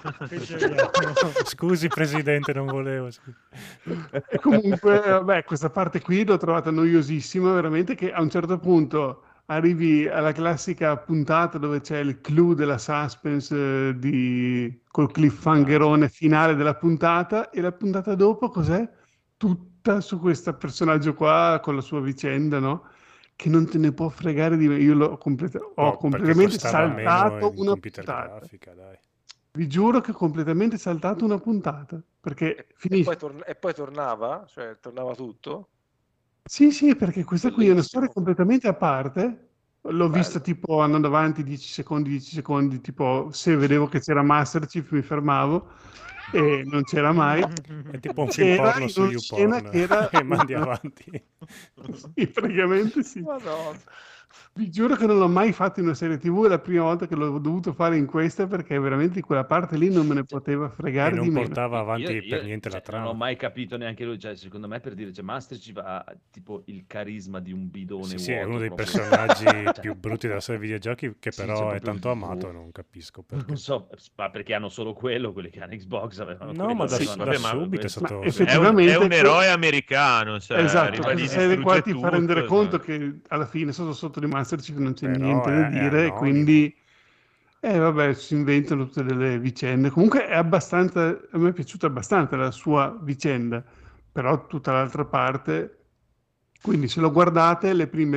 S1: Scusi presidente, non volevo.
S4: Comunque, vabbè, questa parte qui l'ho trovata noiosissima, veramente, che a un certo punto arrivi alla classica puntata dove c'è il clou della suspense col cliffhangerone finale della puntata, e la puntata dopo cos'è? Tutta su questo personaggio qua con la sua vicenda, no? Che non te ne può fregare di me. Io ho completamente saltato una puntata.
S1: Grafica, dai.
S4: Vi giuro che ho completamente saltato una puntata perché finisce.
S3: E poi tornava? Cioè tornava tutto?
S4: Sì, perché questa qui è una storia completamente a parte. L'ho vista tipo andando avanti 10 secondi, tipo se vedevo che c'era Master Chief mi fermavo e non c'era mai.
S1: È tipo un film porno su YouPorn e mandi avanti.
S4: Sì, praticamente sì.
S3: Madonna.
S4: Vi giuro che non l'ho mai fatto in una serie TV, è la prima volta che l'ho dovuto fare in questa perché veramente di quella parte lì non me ne poteva fregare di meno.
S1: Non portava avanti per niente la trama.
S2: Non ho mai capito neanche lui, cioè secondo me per dire, Master Chief ha tipo il carisma di un bidone vuoto.
S1: Sì, è uno dei personaggi più brutti della storia dei videogiochi che però è tanto amato e non capisco perché.
S2: Non so, ma perché hanno solo quelli che hanno Xbox avevano.
S1: No, ma da subito è stato...
S4: effettivamente
S6: è un eroe americano, cioè,
S4: esatto, questa serie qua ti fa rendere conto che alla fine sotto di Master Chief non c'è niente da dire, quindi vabbè, si inventano tutte delle vicende. Comunque è abbastanza, a me è piaciuta abbastanza la sua vicenda, però tutta l'altra parte, quindi se lo guardate le prime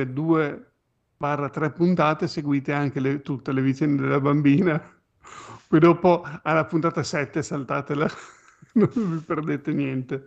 S4: 2/3 puntate seguite anche tutte le vicende della bambina, poi dopo alla puntata 7 saltatela, non vi perdete niente.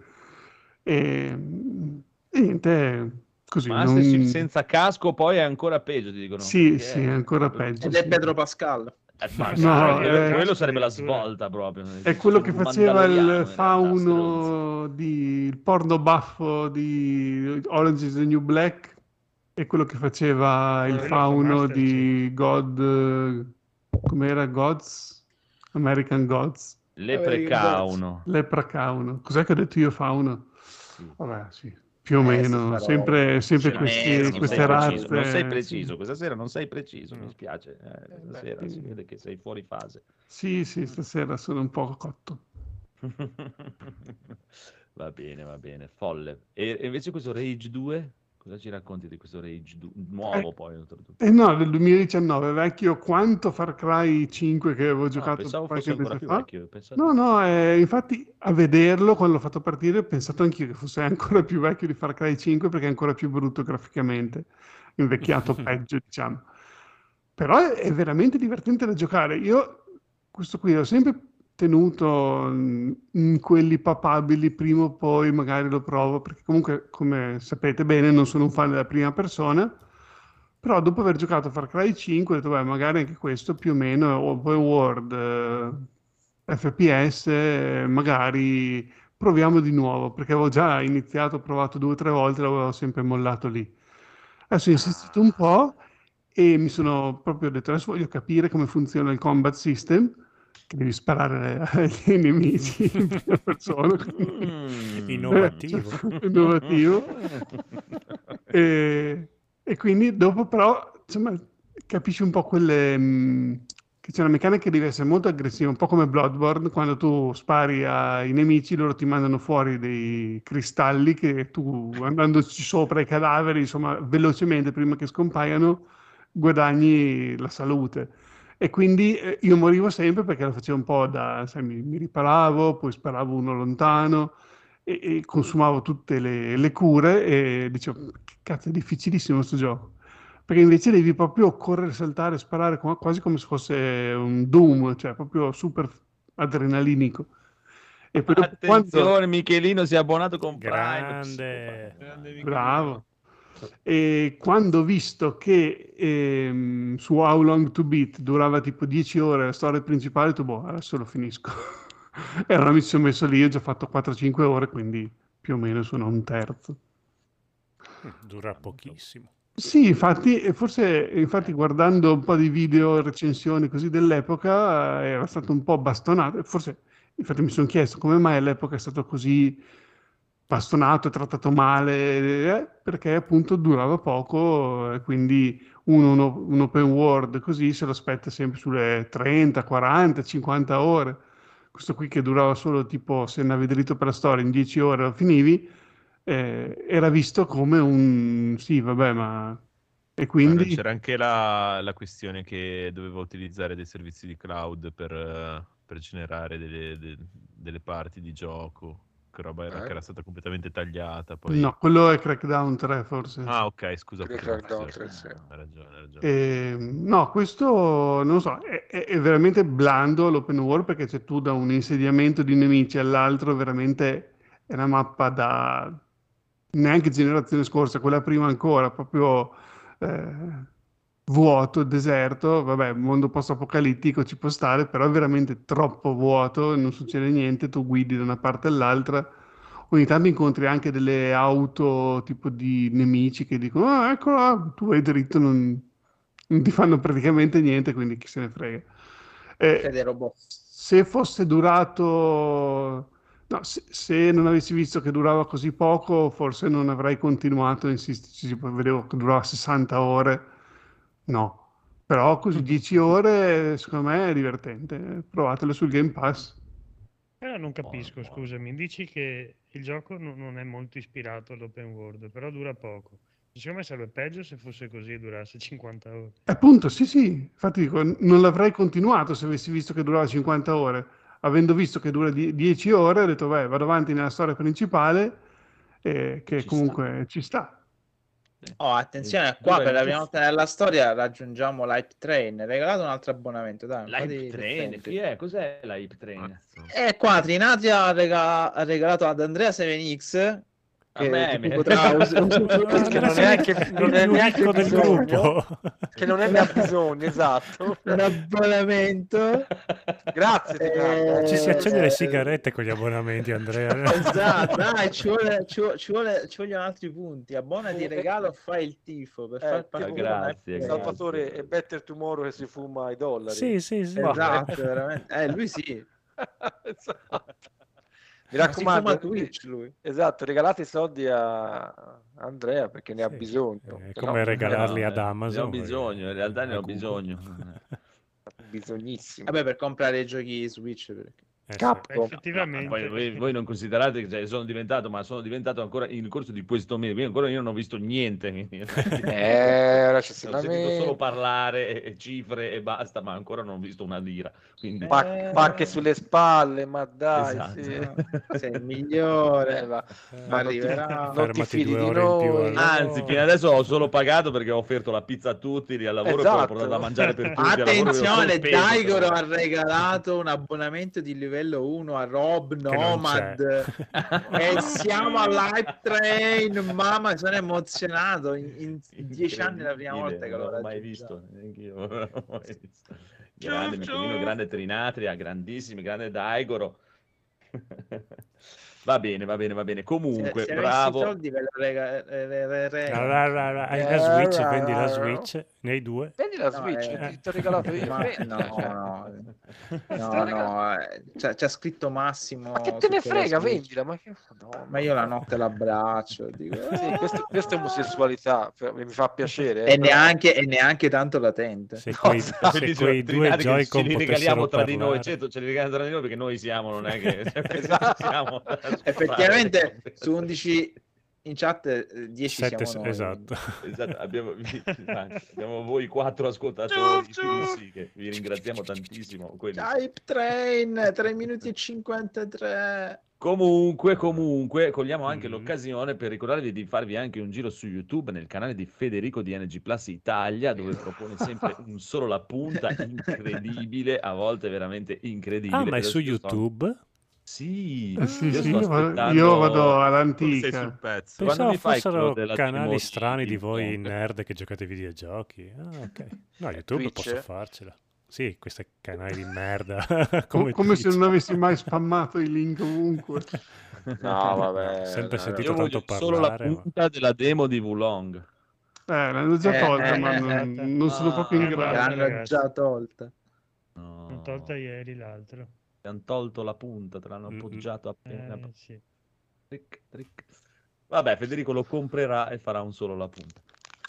S4: E niente, così.
S2: Master Chief senza casco poi è ancora peggio, ti dicono.
S4: Sì, è ancora peggio.
S5: Ed è Pedro Pascal.
S2: Quello sarebbe la svolta proprio.
S4: È quello che faceva il fauno il porno baffo di Orange is the New Black, e quello che faceva il fauno di God, com'era? American Gods.
S2: Leprecauno.
S4: Cos'è che ho detto io, fauno? Vabbè, sì. Più o meno, sempre queste razze.
S2: Non sei preciso, questa sera non sei preciso, mi spiace. Stasera si vede che sei fuori fase.
S4: Sì, stasera sono un po' cotto.
S2: Va bene, folle. E invece questo Rage 2? Cosa ci racconti di questo Rage nuovo poi?
S4: No, del 2019, vecchio quanto Far Cry 5 che avevo giocato
S2: pensavo fosse ancora più vecchio.
S4: No, infatti a vederlo quando l'ho fatto partire ho pensato anch'io che fosse ancora più vecchio di Far Cry 5 perché è ancora più brutto graficamente, invecchiato peggio, diciamo. Però è veramente divertente da giocare. Io questo qui l'ho sempre tenuto in quelli papabili, prima o poi magari lo provo, perché comunque, come sapete bene, non sono un fan della prima persona, però dopo aver giocato a Far Cry 5 ho detto, beh, magari anche questo più o meno, open world, FPS, magari proviamo di nuovo, perché avevo già iniziato, ho provato 2 o 3 volte, l'avevo sempre mollato lì. Adesso ho insistito un po' e mi sono proprio detto, adesso voglio capire come funziona il combat system, che devi sparare agli nemici in prima persona.
S1: Innovativo.
S4: Innovativo. E quindi dopo però, insomma, capisci un po' quelle... che c'è una meccanica che deve essere molto aggressiva, un po' come Bloodborne, quando tu spari ai nemici loro ti mandano fuori dei cristalli che tu, andandoci sopra i cadaveri, insomma, velocemente prima che scompaiano, guadagni la salute. E quindi io morivo sempre perché lo facevo un po' sai, mi riparavo, poi sparavo uno lontano e consumavo tutte le cure e dicevo, che cazzo è difficilissimo questo gioco. Perché invece devi proprio correre, saltare, sparare quasi come se fosse un Doom, cioè proprio super adrenalinico.
S2: E poi attenzione, Michelino si è abbonato con
S1: Grande.
S4: Prime. Bravo. E quando ho visto che su How Long to Beat durava tipo 10 ore la storia principale, ho detto, boh, adesso lo finisco. E allora mi sono messo lì, ho già fatto 4-5 ore, quindi più o meno sono un terzo.
S1: Dura pochissimo.
S4: Sì, infatti guardando un po' di video e recensioni così dell'epoca era stato un po' bastonato, infatti mi sono chiesto come mai all'epoca è stato così bastonato e trattato male, perché appunto durava poco e quindi un open world così se lo aspetta sempre sulle 30, 40, 50 ore. Questo qui che durava solo tipo, se andavi dritto per la storia, in 10 ore lo finivi, era visto come un... sì, vabbè, ma... E quindi...
S6: Ma c'era anche la questione che doveva utilizzare dei servizi di cloud per generare delle parti di gioco. Che roba era che era stata completamente tagliata. Poi...
S4: No, quello è Crackdown 3 forse.
S6: Ah, ok, scusa.
S3: Crackdown 3, sì.
S6: Hai ragione.
S4: No, questo non so, è veramente blando l'open world perché c'è tu da un insediamento di nemici all'altro, veramente è una mappa da neanche generazione scorsa, quella prima ancora, proprio vuoto, deserto, vabbè, mondo post-apocalittico ci può stare, però è veramente troppo vuoto, non succede niente, tu guidi da una parte all'altra. Ogni tanto incontri anche delle auto tipo di nemici che dicono: ah, eccola, tu vai dritto, non ti fanno praticamente niente, quindi chi se ne frega. Se fosse durato, no, se non avessi visto che durava così poco, forse non avrei continuato a insistere. Vedevo che durava 60 ore, no, però così 10 ore secondo me è divertente. Provatelo sul Game Pass.
S7: Però non capisco, scusami, dici che il gioco non è molto ispirato all'open world, però dura poco. Secondo me sarebbe peggio se fosse così e durasse 50 ore.
S4: Appunto, sì, infatti dico, non l'avrei continuato se avessi visto che durava 50 ore. Avendo visto che dura 10 ore, ho detto, beh, vado avanti nella storia principale, che comunque ci sta.
S5: Oh, attenzione, qua per la prima volta nella storia raggiungiamo l'Hype Train. Regalato un altro abbonamento, dai.
S2: L'Hype Train? Chi è? Cos'è l'Hype Train?
S5: Qua Trinati ha regalato ad Andrea 7X
S2: che
S3: non è neanche bisogno, che non ne ha bisogno, esatto.
S5: Un abbonamento.
S3: Grazie.
S1: Ci si accende le sigarette con gli abbonamenti, Andrea.
S5: Esatto, dai, ci vogliono altri punti. Abbonati, regalo, fai il tifo per far partire.
S2: Grazie.
S3: Salvatore è Better Tomorrow che si fuma i dollari.
S1: Sì.
S5: Esatto, veramente. Lui sì.
S3: Esatto. Mi raccomando,
S5: Twitch, lui.
S3: Esatto, regalate i soldi a Andrea perché ne ha bisogno.
S1: Come regalarli ad Amazon.
S2: Ne ho bisogno, in realtà ne ho bisogno.
S3: Bisognissimo.
S5: Vabbè, per comprare i giochi Switch.
S3: Capcom.
S7: Effettivamente.
S2: Voi non considerate che sono diventato ancora nel corso di questo mese, ancora io non ho visto niente.
S3: Ora ci
S2: ho sentito solo parlare e cifre e basta, ma ancora non ho visto una lira. Quindi...
S3: Pacche sulle spalle, ma dai,
S2: esatto.
S3: sei il migliore, ma arriverà.
S1: Non ti fidi di noi.
S2: Anzi, fino adesso ho solo pagato perché ho offerto la pizza a tutti lì al lavoro, esatto. E poi ho portato a mangiare per tutti.
S5: Attenzione, Daigoro ha regalato un abbonamento di livello 1 a Rob Nomad e siamo all'Hype Train. Mamma, sono emozionato. In 10 anni è la prima volta che l'ho
S2: mai visto. Grande Mecolino, grande Trinatria, grandissimi, grande Daigoro. Va bene. Comunque,
S5: se
S2: bravo.
S5: Soldi ve lo
S1: hai la Switch, vendi la Switch nei due.
S3: Vendi la Switch, ti ho regalato io.
S5: C'ha scritto Massimo.
S3: Ma che te ne frega, vendila.
S5: Ma io la notte l'abbraccio. Dico,
S3: sì, questa è omosessualità, mi fa piacere.
S5: E neanche tanto latente.
S1: Se quei due Joy-Con
S2: ce li regaliamo tra di noi, ce li regaliamo tra di noi perché noi siamo, non è che siamo...
S5: Effettivamente su 11 in chat 10
S1: 7,
S5: siamo noi.
S2: Esatto. Abbiamo voi 4 ascoltatori sì, che vi ringraziamo tantissimo.
S5: Hype Train 3 minuti e 53.
S2: Comunque cogliamo anche l'occasione per ricordarvi di farvi anche un giro su YouTube nel canale di Federico di NG Plus Italia, dove propone sempre un solo la punta incredibile, a volte veramente incredibile.
S1: Ma è su YouTube?
S2: Sì,
S4: io vado all'antica.
S1: Pensavo fossero canali strani di voi nerd che giocate ai videogiochi. Ok. No, YouTube Twitch. Posso farcela. Sì, questi canali di merda.
S4: come se non avessi mai spammato i link ovunque.
S3: No, vabbè.
S1: Sempre sentito tanto parlare.
S2: Solo la punta della demo di Wulong.
S4: L'hanno già tolta, ma non sono proprio in grado.
S5: L'hanno già tolta.
S7: L'hanno tolta ieri l'altro.
S2: Ti hanno tolto la punta, te l'hanno appoggiato appena.
S7: Sì.
S2: Trick. Vabbè, Federico lo comprerà e farà un solo la punta.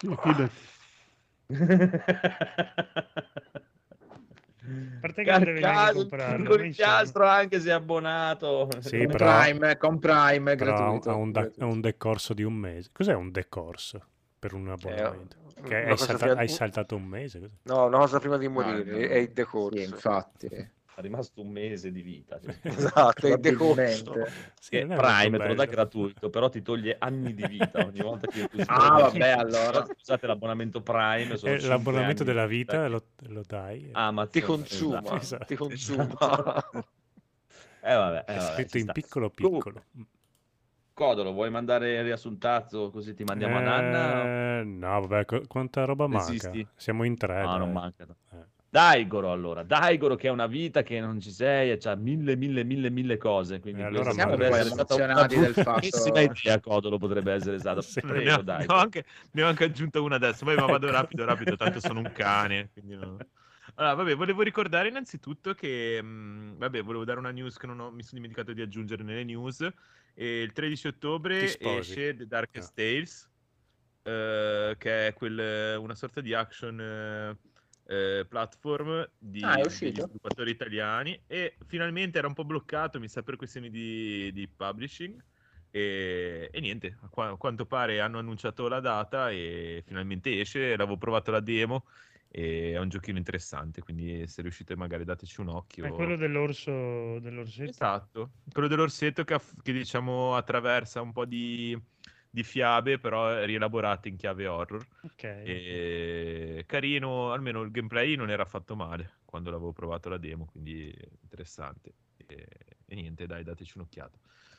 S7: A parte che non deve neanche comprarlo.
S2: Con il piastro anche se è abbonato.
S1: Sì,
S5: con Prime gratuito.
S1: Ha un decorso di un mese. Cos'è un decorso per un abbonamento? Che hai saltato un mese? Così?
S3: No, una cosa prima di morire, è il decorso.
S5: Sì, infatti.
S2: È rimasto un mese di vita.
S3: Esatto, è il decorso.
S2: Sì, Prime te lo dà gratuito, però ti toglie anni di vita ogni volta che tu
S5: vabbè, allora.
S2: Scusate, l'abbonamento Prime.
S1: L'abbonamento della vita lo dai.
S3: Ti consuma.
S1: Esatto.
S3: Ti consuma.
S2: Vabbè,
S1: è scritto in piccolo.
S2: Codolo, vuoi mandare il riassuntazzo così ti mandiamo a Nanna?
S1: No, vabbè, quanta roba manca? Siamo in 3.
S2: No, non manca. Daigoro, allora. Daigoro che è una vita che non ci sei e c'ha mille cose. Quindi
S5: allora siamo emozionati del fatto.
S2: Idea, Codolo potrebbe essere stata. Prego,
S6: ne ho anche aggiunta una adesso. Poi ma vado rapido, tanto sono un cane. Quindi no. Allora, vabbè, volevo ricordare innanzitutto che, volevo dare una news che mi sono dimenticato di aggiungere nelle news. E il 13 ottobre esce The Darkest Tales, che è una sorta di action platform degli sviluppatori italiani, e finalmente era un po' bloccato, mi sa, per questioni di publishing, e niente, a quanto pare hanno annunciato la data e finalmente esce. L'avevo provato la demo e è un giochino interessante, quindi se riuscite magari dateci un occhio.
S7: È quello dell'orsetto.
S6: Esatto, quello dell'orsetto che diciamo attraversa un po' di fiabe, però rielaborate in chiave horror. E carino, almeno il gameplay non era affatto male quando l'avevo provato la demo, quindi interessante. E niente, dai, dateci un'occhiata.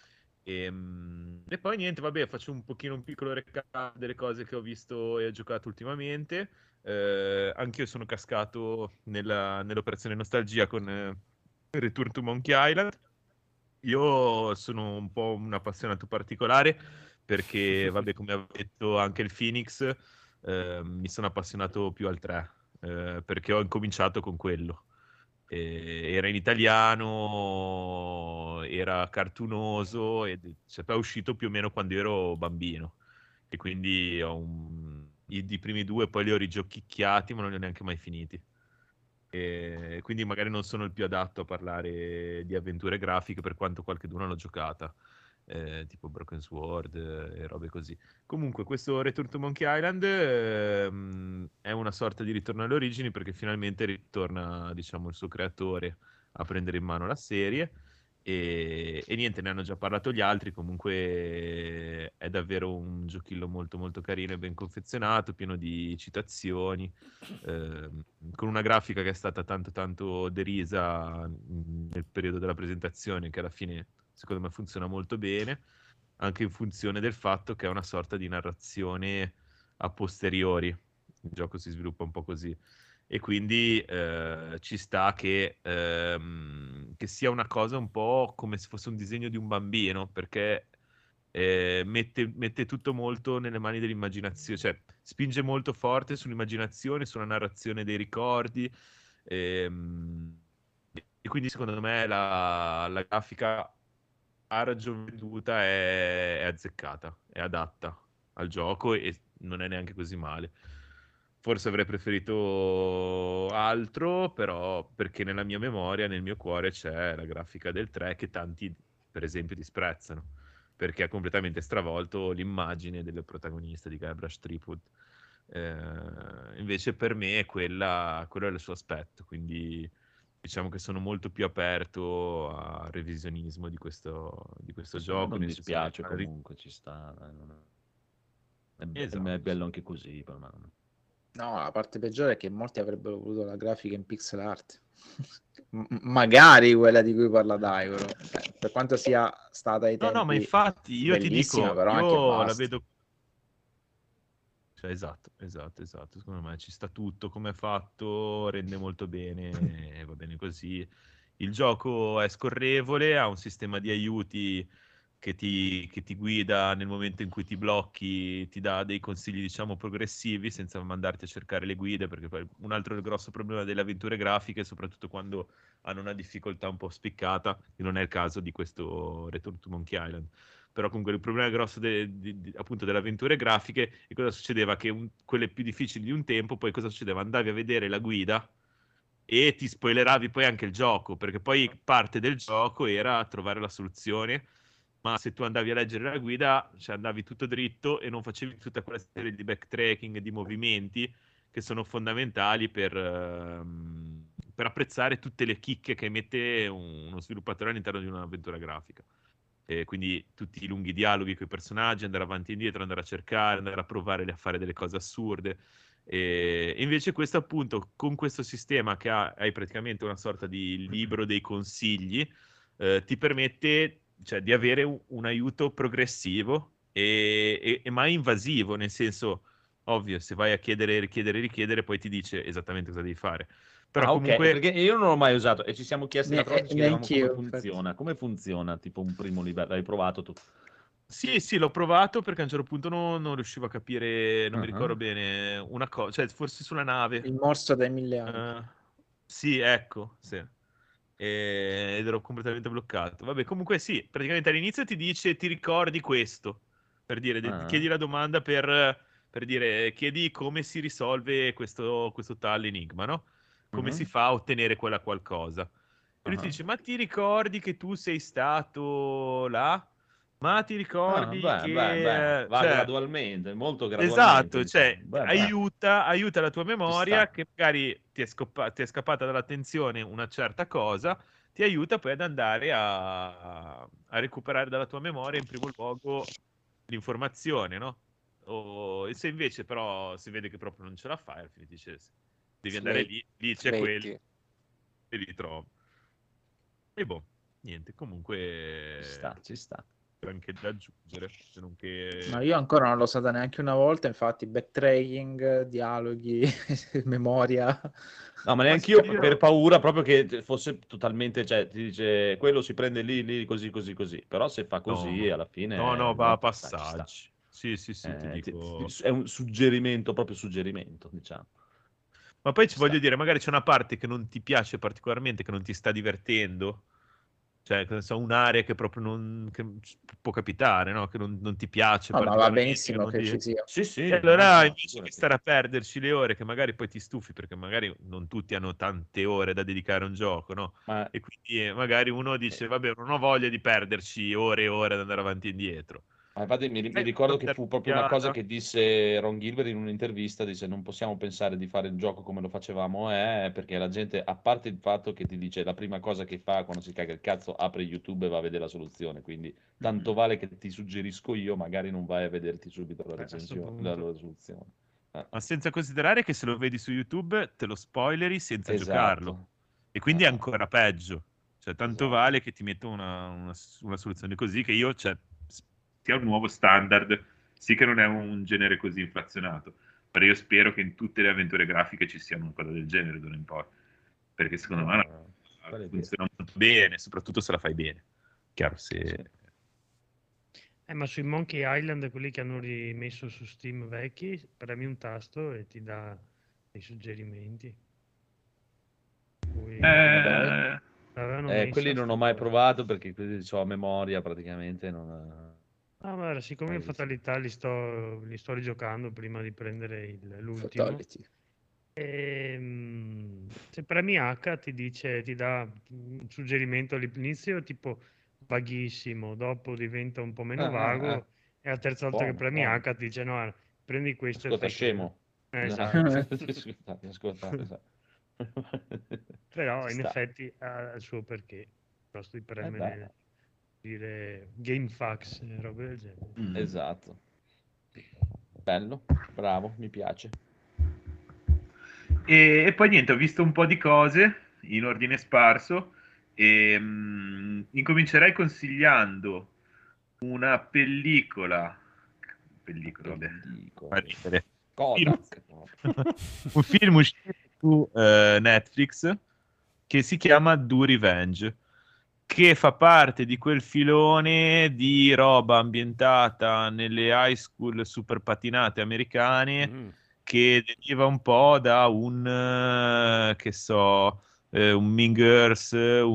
S6: E poi niente, vabbè, faccio un piccolo recap delle cose che ho visto e ho giocato ultimamente. Anch'io sono cascato nell'operazione nostalgia con Return to Monkey Island. Io sono un po' un appassionato particolare perché, vabbè, come ha detto anche il Phoenix, mi sono appassionato più al 3, perché ho incominciato con quello. Era in italiano, era cartunoso ed è uscito più o meno quando ero bambino, e quindi i primi due poi li ho rigiochicchiati, ma non li ho neanche mai finiti. E quindi magari non sono il più adatto a parlare di avventure grafiche, per quanto qualcheduno l'ho giocata, tipo Broken Sword e robe così. Comunque questo Return to Monkey Island è una sorta di ritorno alle origini, perché finalmente ritorna, diciamo, il suo creatore a prendere in mano la serie. E niente, ne hanno già parlato gli altri. Comunque è davvero un giochillo molto molto carino e ben confezionato, pieno di citazioni, con una grafica che è stata tanto tanto derisa nel periodo della presentazione, che alla fine secondo me funziona molto bene, anche in funzione del fatto che è una sorta di narrazione a posteriori. Il gioco si sviluppa un po' così. E quindi ci sta che sia una cosa un po' come se fosse un disegno di un bambino, perché mette tutto molto nelle mani dell'immaginazione, cioè spinge molto forte sull'immaginazione, sulla narrazione dei ricordi, e quindi secondo me la grafica a ragion veduta è azzeccata, è adatta al gioco e non è neanche così male. Forse avrei preferito altro, però perché nella mia memoria, nel mio cuore c'è la grafica del 3 che tanti, per esempio, disprezzano, perché ha completamente stravolto l'immagine del protagonista di Guybrush Threepwood. Invece per me quello è il suo aspetto, quindi diciamo che sono molto più aperto al revisionismo di questo gioco.
S2: Non mi dispiace, comunque ci sta. Esatto, è bello anche così per me.
S5: No, la parte peggiore è che molti avrebbero voluto la grafica in pixel art. Magari quella di cui parla Daigoro, per quanto sia stata ai tempi
S6: no, ma infatti io ti dico,
S5: però
S6: io la vedo, cioè, esatto, secondo me ci sta tutto come è fatto, rende molto bene e va bene così. Il gioco è scorrevole, ha un sistema di aiuti che ti guida nel momento in cui ti blocchi, ti dà dei consigli, diciamo, progressivi, senza mandarti a cercare le guide, perché poi un altro grosso problema delle avventure grafiche, soprattutto quando hanno una difficoltà un po' spiccata, che non è il caso di questo Return to Monkey Island. Però comunque il problema grosso appunto delle avventure grafiche è cosa succedeva, che quelle più difficili di un tempo, poi cosa succedeva? Andavi a vedere la guida e ti spoileravi poi anche il gioco, perché poi parte del gioco era trovare la soluzione, ma se tu andavi a leggere la guida, cioè andavi tutto dritto e non facevi tutta quella serie di backtracking, di movimenti che sono fondamentali per apprezzare tutte le chicche che mette uno sviluppatore all'interno di un'avventura grafica. E quindi tutti i lunghi dialoghi con i personaggi, andare avanti e indietro, andare a cercare, andare a provare a fare delle cose assurde. E invece questo, appunto, con questo sistema che hai praticamente una sorta di libro dei consigli, ti permette, cioè, di avere un aiuto progressivo e mai invasivo, nel senso, ovvio, se vai a chiedere, richiedere, poi ti dice esattamente cosa devi fare. Però comunque...
S2: ok, perché io non l'ho mai usato e ci siamo chiesti la volta, ci chiedevamo come funziona. Come funziona, tipo un primo livello? L'hai provato tu?
S6: Sì, l'ho provato perché a un certo punto non riuscivo a capire, non mi ricordo bene, una cosa, cioè forse sulla nave.
S5: Il morso dai 1000 anni.
S6: Sì, ecco, sì. Ed ero completamente bloccato. Vabbè, comunque sì, praticamente all'inizio ti dice, ti ricordi questo, per dire, chiedi la domanda per dire, chiedi come si risolve questo tale enigma, no? Come si fa a ottenere quella qualcosa. E lui ti dice, ma ti ricordi che tu sei stato là? Ma ti ricordi che...
S2: va gradualmente, molto
S6: gradualmente. Esatto, cioè aiuta la tua memoria, che magari ti è scappata dall'attenzione una certa cosa, ti aiuta poi ad andare a recuperare dalla tua memoria in primo luogo l'informazione, no? E se invece però si vede che proprio non ce la fai, alla fine dice, devi andare lì c'è quello, e li trovi. E boh, niente, comunque...
S2: Ci sta.
S6: Anche da aggiungere, se non che...
S5: No, io ancora non l'ho usata neanche una volta, infatti backtracking, dialoghi, memoria.
S2: No, ma neanche io per paura proprio che fosse totalmente, cioè ti dice quello si prende lì così, però se fa così alla fine...
S6: No, va a passaggi. Sì, ti dico...
S2: È un suggerimento, proprio suggerimento, diciamo.
S6: Ma poi voglio dire, magari c'è una parte che non ti piace particolarmente, che non ti sta divertendo, Cioè, un'area che proprio che può capitare, no? Che non ti piace.
S5: Ma va benissimo che ci sia.
S2: Sì.
S6: E allora, invece di stare a perderci le ore, che magari poi ti stufi, perché magari non tutti hanno tante ore da dedicare a un gioco, no? E quindi magari uno dice, vabbè, non ho voglia di perderci ore e ore ad andare avanti e indietro.
S2: Infatti mi ricordo che fu proprio una cosa che disse Ron Gilbert in un'intervista, dice non possiamo pensare di fare il gioco come lo facevamo, perché la gente, a parte il fatto che ti dice la prima cosa che fa quando si caga il cazzo, apre YouTube e va a vedere la soluzione, quindi tanto vale che ti suggerisco io, magari non vai a vederti subito la recensione, la soluzione.
S6: Ma senza considerare che se lo vedi su YouTube te lo spoileri senza giocarlo, e quindi è ancora peggio, cioè tanto vale che ti metto una soluzione così, che io, cioè, sia un nuovo standard, sì che non è un genere così inflazionato, però io spero che in tutte le avventure grafiche ci sia una cosa del genere d'ora in poi, perché secondo me funziona molto bene, soprattutto se la fai bene. Chiaro, se...
S7: ma sui Monkey Island, quelli che hanno rimesso su Steam vecchi, premi un tasto e ti dà dei suggerimenti.
S2: Quelli non ho mai provato, perché quelli ho a memoria praticamente.
S7: Ma siccome in fatalità li sto rigiocando prima di prendere l'ultimo. Se premi H ti dà un suggerimento all'inizio tipo vaghissimo, dopo diventa un po' meno vago, e la terza volta che premi H ti dice no, prendi questo.
S2: Ascolta, scemo.
S7: Esatto.
S2: Esatto.
S7: Però in effetti ha il suo perché, basta di premere dire GameFAQs e robe del genere.
S2: Esatto. Bello, bravo, mi piace.
S6: E poi niente, ho visto un po' di cose in ordine sparso e incomincerei consigliando una pellicola, vabbè. Un film uscito su Netflix che si chiama Do Revenge, che fa parte di quel filone di roba ambientata nelle high school super patinate americane, che deriva un po' da un Mean Girls,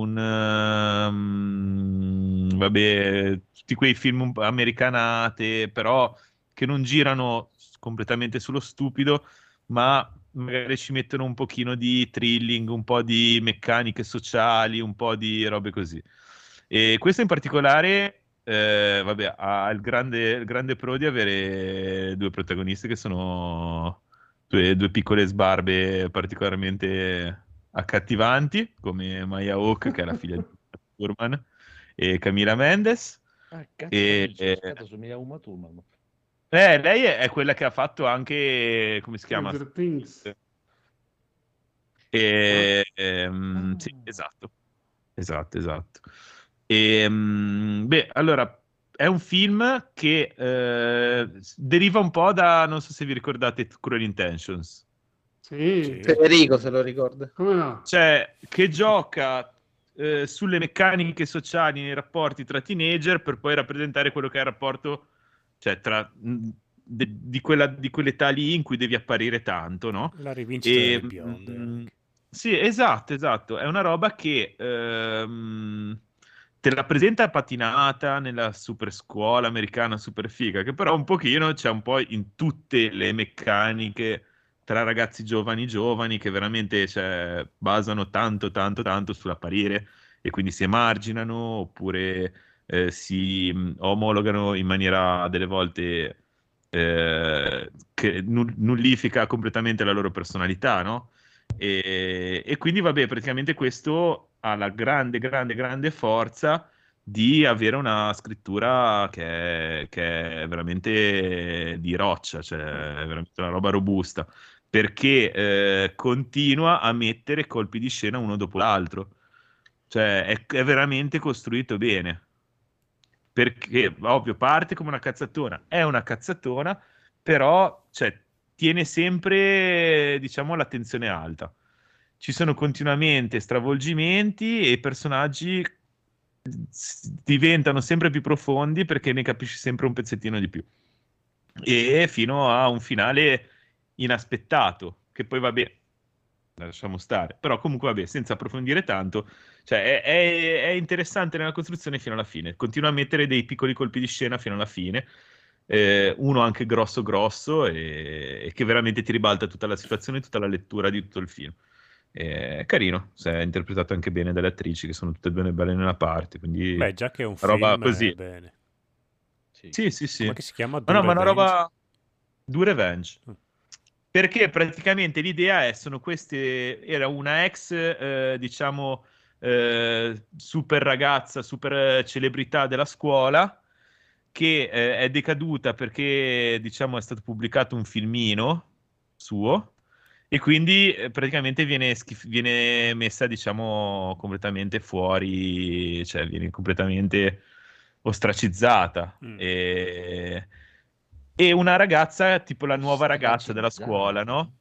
S6: vabbè, tutti quei film americanate, però che non girano completamente sullo stupido, ma magari ci mettono un pochino di thrilling, un po' di meccaniche sociali, un po' di robe così. E questo in particolare ha il grande pro di avere due protagonisti che sono due piccole sbarbe particolarmente accattivanti, come Maya Hawke, che è la figlia di Thurman, e Camila Mendes.
S2: Su Mia Uma Thurman.
S6: Lei è quella che ha fatto anche, come si chiama? Sì, esatto. Allora, è un film che deriva un po' da, non so se vi ricordate, Cruel Intentions.
S5: Sì. Federico se lo ricorda.
S4: Come no?
S6: Cioè, che gioca sulle meccaniche sociali nei rapporti tra teenager, per poi rappresentare quello che è il rapporto, cioè, tra di quell'età lì in cui devi apparire tanto, no?
S1: La rivincita del bionde.
S6: Sì, esatto. È una roba che te la presenta patinata nella super scuola americana super figa, che però un pochino c'è un po' in tutte le meccaniche tra ragazzi giovani che veramente, cioè, basano tanto sull'apparire, e quindi si emarginano oppure si omologano in maniera delle volte che nullifica completamente la loro personalità, no? E quindi vabbè, praticamente questo ha la grande forza di avere una scrittura che è veramente di roccia, cioè è veramente una roba robusta, perché continua a mettere colpi di scena uno dopo l'altro, cioè è veramente costruito bene, perché ovvio parte come una cazzatona, è una cazzatona, però cioè, tiene sempre, diciamo, l'attenzione alta. Ci sono continuamente stravolgimenti e i personaggi diventano sempre più profondi perché ne capisci sempre un pezzettino di più. E fino a un finale inaspettato, che poi vabbè, lasciamo stare. Però comunque vabbè, senza approfondire tanto, Cioè, è interessante nella costruzione fino alla fine. Continua a mettere dei piccoli colpi di scena fino alla fine. Uno anche grosso e che veramente ti ribalta tutta la situazione, tutta la lettura di tutto il film. È carino, è interpretato anche bene dalle attrici che sono tutte e due belle nella parte, quindi
S1: beh, già che è un
S6: roba
S1: film
S6: così.
S1: Bene.
S6: Sì.
S1: Come si chiama?
S6: Ma una roba Do Revenge. Perché praticamente l'idea sono queste, era una ex diciamo super ragazza, super celebrità della scuola che è decaduta perché diciamo è stato pubblicato un filmino suo e quindi praticamente viene messa diciamo completamente fuori, cioè viene completamente ostracizzata e una ragazza tipo la nuova ragazza della scuola, no?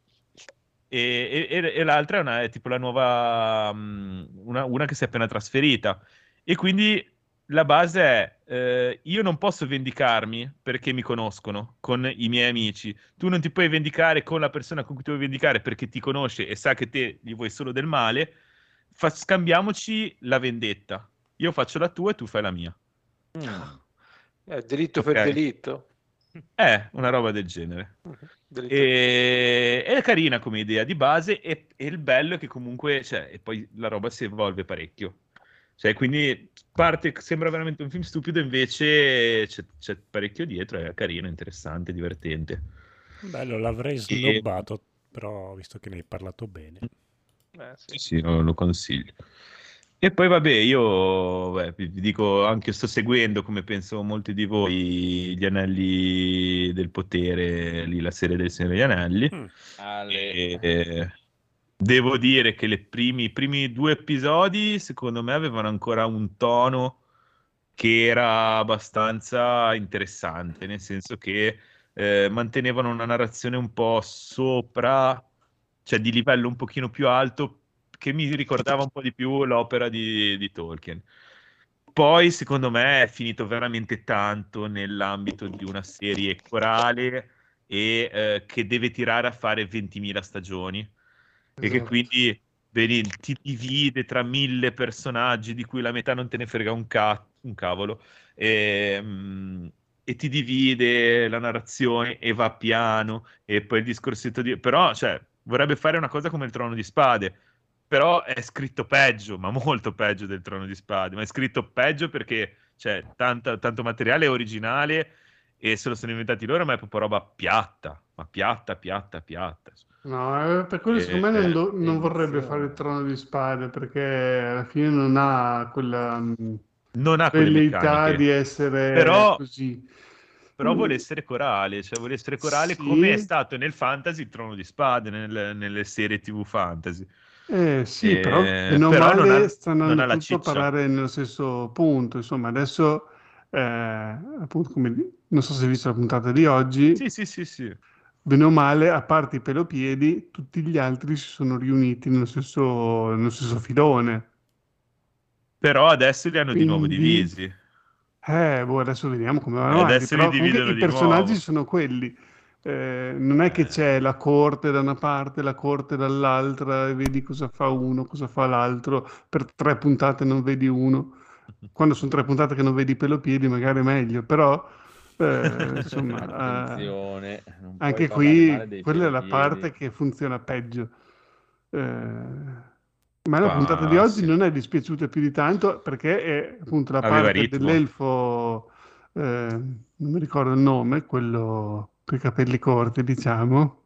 S6: E l'altra è tipo la nuova una che si è appena trasferita e quindi la base è io non posso vendicarmi perché mi conoscono con i miei amici, tu non ti puoi vendicare con la persona con cui ti vuoi vendicare perché ti conosce e sa che te gli vuoi solo del male, scambiamoci la vendetta, io faccio la tua e tu fai la mia.
S3: Delitto per delitto.
S6: Una roba del genere. È carina come idea di base e il bello è che comunque e poi la roba si evolve parecchio, quindi sembra veramente un film stupido, invece c'è parecchio dietro, è carino, interessante, divertente.
S1: Bello, l'avrei snobbato, però visto che ne hai parlato bene.
S6: Sì, lo consiglio. E poi vabbè, io vi dico, anche sto seguendo, come penso molti di voi, Gli Anelli del Potere, lì la serie del Signore degli Anelli. E devo dire che i primi 2 episodi, secondo me, avevano ancora un tono che era abbastanza interessante, nel senso che mantenevano una narrazione un po' sopra, cioè di livello un pochino più alto, che mi ricordava un po' di più l'opera di Tolkien. Poi, secondo me, è finito veramente tanto nell'ambito di una serie corale e che deve tirare a fare 20.000 stagioni. Esatto. E che quindi ti divide tra 1000 personaggi di cui la metà non te ne frega un cavolo. E ti divide la narrazione e va piano e poi il discorsetto però, vorrebbe fare una cosa come il Trono di Spade, però è scritto peggio, ma molto peggio del Trono di Spade, ma è scritto peggio perché c'è tanto materiale originale e se lo sono inventati loro, ma è proprio roba piatta, ma piatta.
S4: No, per quello secondo me non vorrebbe fare il Trono di Spade, perché alla fine non ha quella velleità di essere così.
S6: Però vuole essere corale, vuole essere corale sì. Come è stato nel fantasy il Trono di Spade, nelle serie TV fantasy.
S4: Sì, però male stanno tutto a parlare nello stesso punto. Insomma, adesso, appunto, non so se hai visto la puntata di oggi.
S6: Sì.
S4: Bene o male, a parte i Pelopiedi, tutti gli altri si sono riuniti nello stesso filone.
S6: Però adesso li hanno di nuovo divisi.
S4: Adesso vediamo come vanno avanti. Però i personaggi sono quelli. Non è che c'è la corte da una parte, la corte dall'altra, e vedi cosa fa uno, cosa fa l'altro. Per 3 puntate non vedi uno. Quando sono 3 puntate che non vedi i Pelopiedi, magari è meglio, però insomma, anche qui quella è la parte che funziona peggio. Ma la puntata di oggi non è dispiaciuta più di tanto, perché è appunto la parte dell'elfo, non mi ricordo il nome, quello con i capelli corti, diciamo,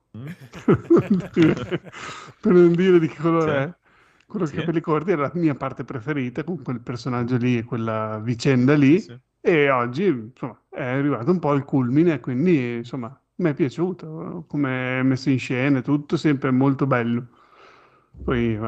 S4: per non dire di che colore è. Quello con i capelli corti era la mia parte preferita, con quel personaggio lì e quella vicenda lì, e oggi insomma è arrivato un po' al culmine, quindi insomma mi è piaciuto come è messo in scena, tutto sempre molto bello. Poi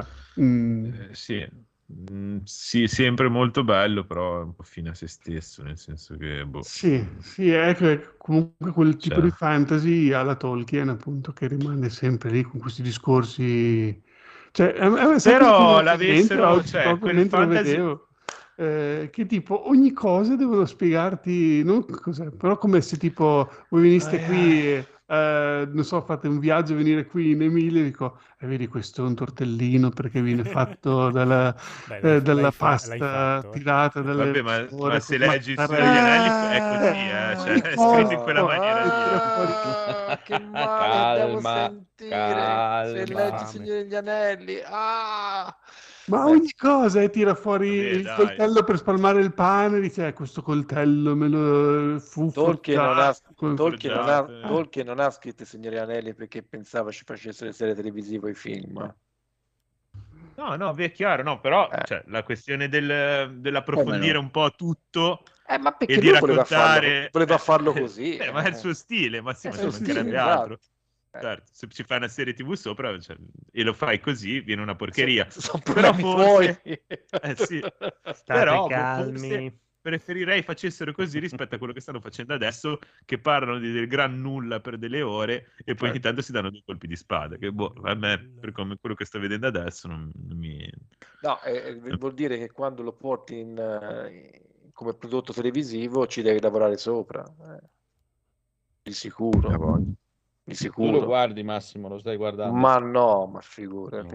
S6: sì, sempre molto bello, però è un po' fine a se stesso, nel senso che
S4: sì, è comunque quel tipo di fantasy alla Tolkien, appunto, che rimane sempre lì con questi discorsi.
S6: Però l'avessero,
S4: quel fantasy... lo vedevo, che tipo ogni cosa devono spiegarti, non cos'è, però come se tipo voi veniste qui non so, fate un viaggio, venire qui in Emilia, dico, vedi, questo è un tortellino perché viene fatto dalla pasta tirata dalle
S6: ma se leggi il Signore degli Anelli è così, cioè, è scritto in quella maniera.
S3: Che male andiamo a sentire se leggi il Signore degli Anelli.
S4: Ma ogni cosa tira fuori il coltello per spalmare il pane, dice questo coltello me lo fu
S3: Tolkien non ha scritto il Signore degli Anelli perché pensava ci facessero le serie televisive o i film.
S6: No, è chiaro, no, però cioè, la questione dell'approfondire un po' tutto
S3: ma perché
S6: e di raccontare...
S3: voleva farlo così.
S6: Ma è il suo stile, ma sì, ma non mancherebbe altro. Certo, se ci fai una serie TV sopra e lo fai così, viene una porcheria.
S3: Sono problemi tuoi.
S6: Sì. Però forse preferirei facessero così rispetto a quello che stanno facendo adesso, che parlano del gran nulla per delle ore e poi ogni tanto si danno dei colpi di spada, che a me, per come quello che sto vedendo adesso, non mi...
S3: No, vuol dire che quando lo porti come prodotto televisivo ci devi lavorare sopra. Di sicuro. Di sicuro.
S2: Tu lo guardi, Massimo, lo stai guardando?
S3: Ma no, ma figurati.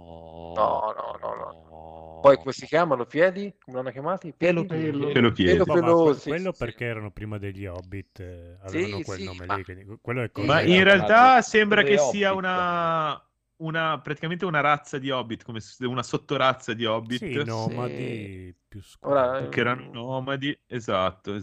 S3: No. Poi come si chiamano? Piedi? Come l'hanno chiamati?
S6: Pelo
S1: pelosi. Quello perché erano prima degli Hobbit, avevano quel nome lì. Quello è
S6: ma in realtà sembra che sia praticamente una razza di Hobbit, come una sottorazza di Hobbit.
S1: Sì, nomadi più scuri.
S6: Che erano nomadi, esatto.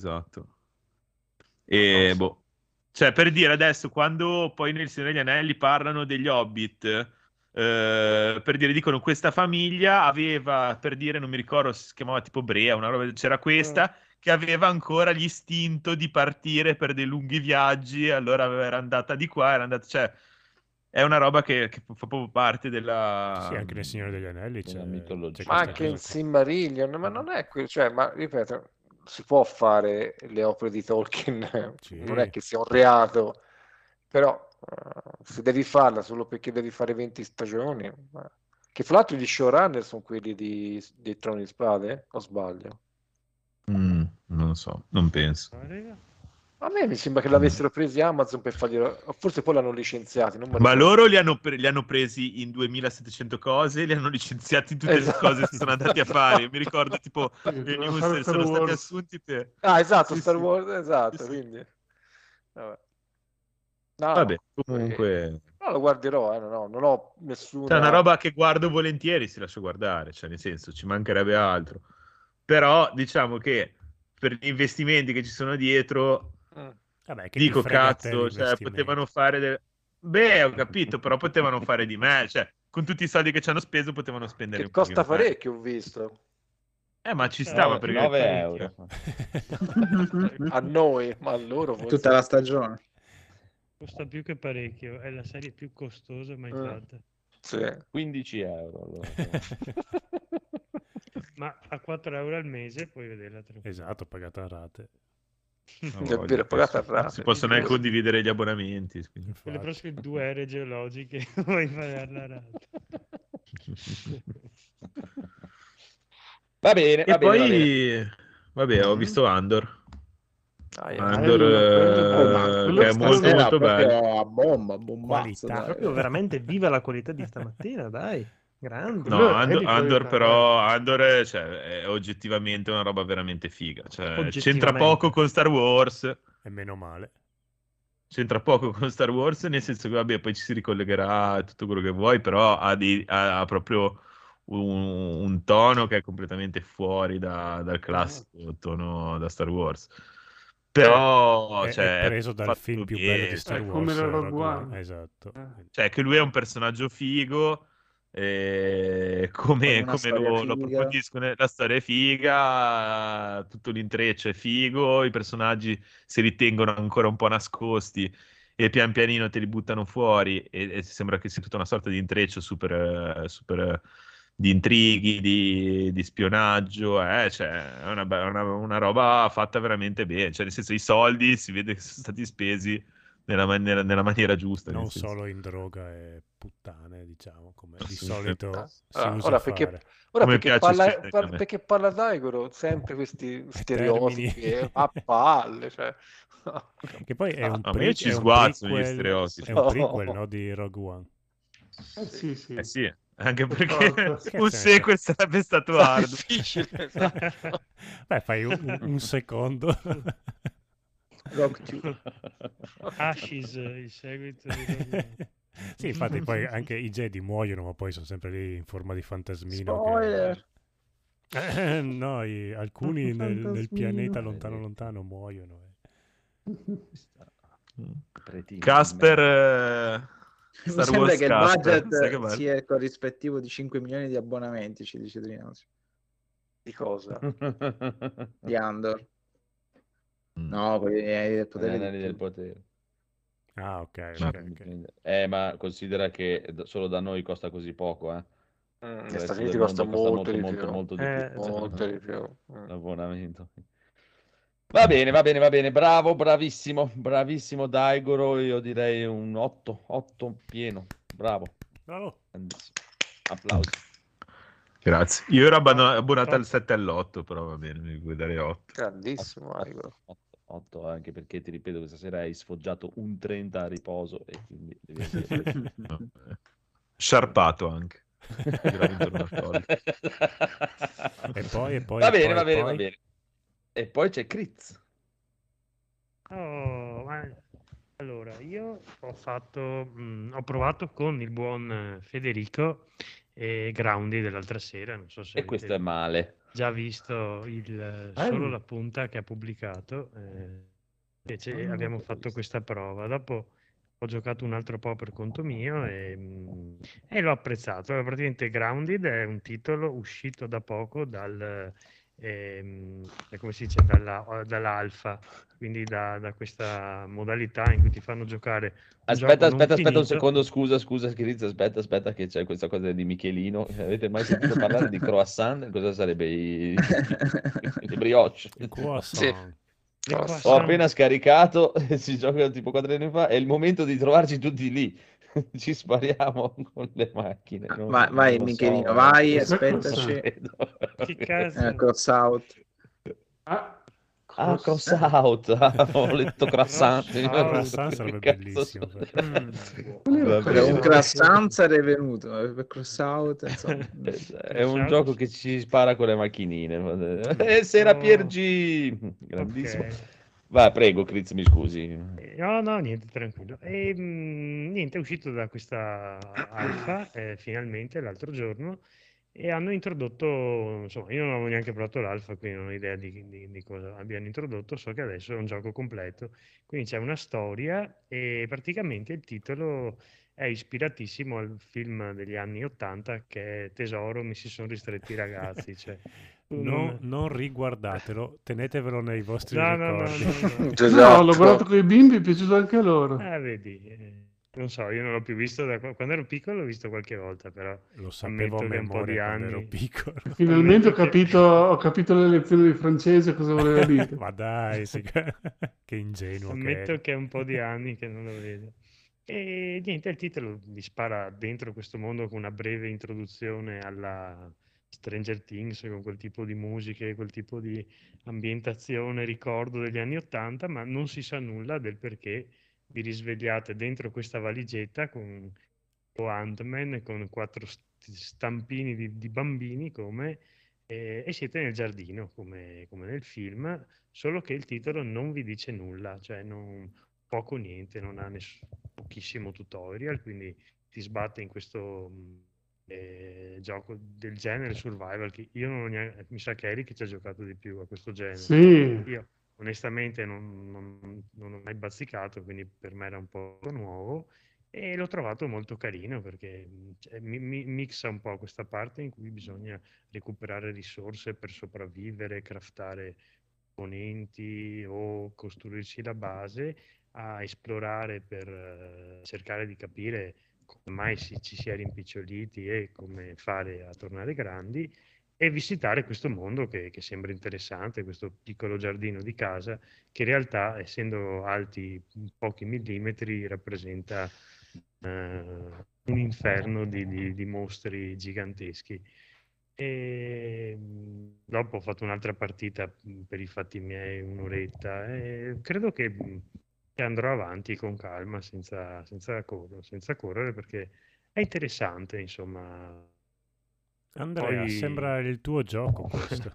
S6: E cioè, per dire adesso, quando poi nel Signore degli Anelli parlano degli Hobbit, per dire, dicono questa famiglia aveva, per dire, non mi ricordo, si chiamava tipo Brea, una roba, c'era questa che aveva ancora l'istinto di partire per dei lunghi viaggi, allora era andata di qua, cioè, è una roba che fa proprio parte della...
S1: Sì, anche nel Signore degli Anelli c'è mitologia.
S3: Ma anche in Silmarillion, ma non è cioè, ma ripeto, si può fare le opere di Tolkien, non è che sia un reato, però se devi farla solo perché devi fare 20 stagioni, che fra l'altro gli showrunner sono quelli di Trono di Spade, o sbaglio?
S6: Non lo so, non penso.
S3: A me mi sembra che l'avessero presi Amazon per fargli, forse poi l'hanno licenziati.
S6: Ma loro li hanno presi in 2700 cose, li hanno licenziati in tutte le cose che sono andati a fare. Io mi ricordo tipo le news sono stati assunti per...
S3: esatto, Star Wars, esatto, quindi...
S6: Vabbè, comunque...
S3: No, lo guarderò, non ho nessuno...
S6: C'è una roba che guardo volentieri, si lascia guardare, cioè nel senso, ci mancherebbe altro. Però diciamo che per gli investimenti che ci sono dietro...
S1: Vabbè, che
S6: dico cazzo, cioè potevano fare ho capito, però potevano fare di me, cioè con tutti i soldi che ci hanno speso potevano spendere
S3: che costa parecchio, ho visto.
S6: Ma ci stava perché
S2: 9 euro
S3: a noi, ma a loro
S5: forse... tutta la stagione
S7: costa più che parecchio, è la serie più costosa mai fatta.
S3: Sì.
S2: 15 euro allora.
S7: Ma a 4 euro al mese puoi vederla.
S1: Esatto, pagata a rate.
S3: È vero, pagata a rate.
S6: Si possono anche condividere gli abbonamenti.
S7: Per le prossime 2 ere geologiche puoi pagare la rata.
S2: Va bene.
S6: E poi, vabbè, ho visto Andor. Andor, che è molto bello.
S5: A bomba,
S8: proprio veramente viva la qualità di stamattina, dai. Grande.
S6: No, Andor però Andor cioè, è oggettivamente una roba veramente figa, cioè, c'entra poco con Star Wars
S1: e meno male.
S6: C'entra poco con Star Wars, nel senso che vabbè, poi ci si ricollegherà a tutto quello che vuoi, però ha proprio un tono che è completamente fuori dal classico tono da Star Wars. Però
S1: è preso dal film più bello di Star Wars,
S4: come Rogue One.
S1: Esatto.
S6: Cioè che lui è un personaggio figo, come lo approfondiscono, la storia è figa, tutto l'intreccio è figo, i personaggi si ritengono ancora un po' nascosti e pian pianino te li buttano fuori e sembra che sia tutta una sorta di intreccio super di intrighi, di spionaggio, cioè è una roba fatta veramente bene, cioè nel senso i soldi si vede che sono stati spesi nella maniera giusta.
S1: Non solo in droga e puttane, diciamo, come di solito si usa
S3: ora
S1: fare.
S3: Perché parla Daigoro sempre questi stereotipi a palle, cioè.
S1: Che poi è un
S6: a me ci sguazzano gli stereotipi.
S1: È un prequel, no, di Rogue One.
S6: Sì, anche perché un sequel sarebbe stato hard.
S3: Difficile,
S1: esatto. Beh, fai un secondo.
S7: Ashes, il seguito di Rogue One.
S1: Sì, infatti poi anche i Jedi muoiono, ma poi sono sempre lì in forma di fantasmino.
S5: Spoiler!
S1: No, alcuni nel pianeta lontano muoiono.
S6: Casper...
S5: Mi sembra che il budget sia il corrispettivo di 5 milioni di abbonamenti, ci dice Trinazio.
S3: Di cosa?
S5: Di Andor. No, quelli del potere.
S2: Del potere.
S1: Ah, ok.
S2: Ma considera che solo da noi costa così poco,
S3: Negli Stati Uniti costa molto di
S2: più. L'abbonamento. Va bene, bravissimo Daigoro, io direi un 8 pieno, bravo. Applausi.
S6: Grazie. Io ero abbonato al 7 e all'8, però va bene, mi puoi dare 8.
S3: Grandissimo Daigoro.
S2: 8 anche perché ti ripeto, questa sera hai sfoggiato un 30 a riposo e quindi devi
S6: sciarpato anche.
S1: E poi
S2: va bene. E poi c'è Critz.
S7: Allora, io ho provato con il buon Federico Grounded dell'altra sera, non so se
S2: e questo è male.
S7: Già visto solo la punta che ha pubblicato, invece abbiamo fatto questa prova. Dopo ho giocato un altro po' per conto mio e l'ho apprezzato. Allora, praticamente Grounded è un titolo uscito da poco come si dice, dall'alfa, quindi da questa modalità in cui ti fanno giocare
S2: aspetta un secondo, scusa Chirizza, aspetta che c'è questa cosa di Michelino. Avete mai sentito parlare di croissant? Cosa sarebbe i brioche?
S1: Croissant.
S2: Sì. Ho appena scaricato, si gioca tipo 4 anni fa, è il momento di trovarci tutti lì. Ci spariamo con le macchine.
S5: Vai Michelino, vai, aspettaci.
S7: Che caso?
S5: Cross out.
S2: Cross out. Ho letto croissant.
S1: Croissant sarebbe bellissimo.
S5: Un croissant sarebbe venuto, per cross out, insomma.
S2: È un gioco che ci spara con le macchinine. Sera Piergi, grandissimo. Va, prego, Critz, mi scusi.
S7: No, niente, tranquillo. Niente, è uscito da questa alfa finalmente l'altro giorno e hanno introdotto, insomma, io non avevo neanche provato l'alfa, quindi non ho idea di cosa abbiano introdotto, so che adesso è un gioco completo, quindi c'è una storia e praticamente il titolo è ispiratissimo al film degli anni '80 che è Tesoro, mi si sono ristretti i ragazzi, cioè...
S1: Non riguardatelo, tenetevelo nei vostri ricordi.
S4: No, l'ho guardato con i bimbi, è piaciuto anche a loro.
S7: Vedi, non so, io non l'ho più visto quando ero piccolo, l'ho visto qualche volta, però
S1: lo sapevo a memoria quando ero piccolo.
S4: Finalmente ho capito le lezioni di francese cosa voleva dire.
S1: Ma dai, che ingenuo.
S7: Ammetto che è un po' di anni che non lo vedo. E niente, il titolo vi spara dentro questo mondo con una breve introduzione alla Stranger Things, con quel tipo di musiche, quel tipo di ambientazione, ricordo degli anni '80, ma non si sa nulla del perché vi risvegliate dentro questa valigetta con Ant-Man, con 4 stampini di bambini e siete nel giardino come nel film, solo che il titolo non vi dice nulla, cioè poco niente, non ha pochissimo tutorial, quindi ti sbatte in questo gioco del genere survival che io non ho neanche, mi sa che Eric ci ha giocato di più a questo genere.
S4: Sì.
S7: Io onestamente non ho mai bazzicato, quindi per me era un po' nuovo e l'ho trovato molto carino perché mi mixa un po' questa parte in cui bisogna recuperare risorse per sopravvivere, craftare componenti o costruirsi la base, a esplorare per cercare di capire come mai ci si è rimpiccioliti e come fare a tornare grandi e visitare questo mondo che sembra interessante, questo piccolo giardino di casa, che in realtà, essendo alti pochi millimetri, rappresenta un inferno di mostri giganteschi. E dopo ho fatto un'altra partita per i fatti miei, un'oretta, e credo che andrò avanti con calma, senza correre, perché è interessante, insomma.
S1: Andrea, sembra il tuo gioco questo.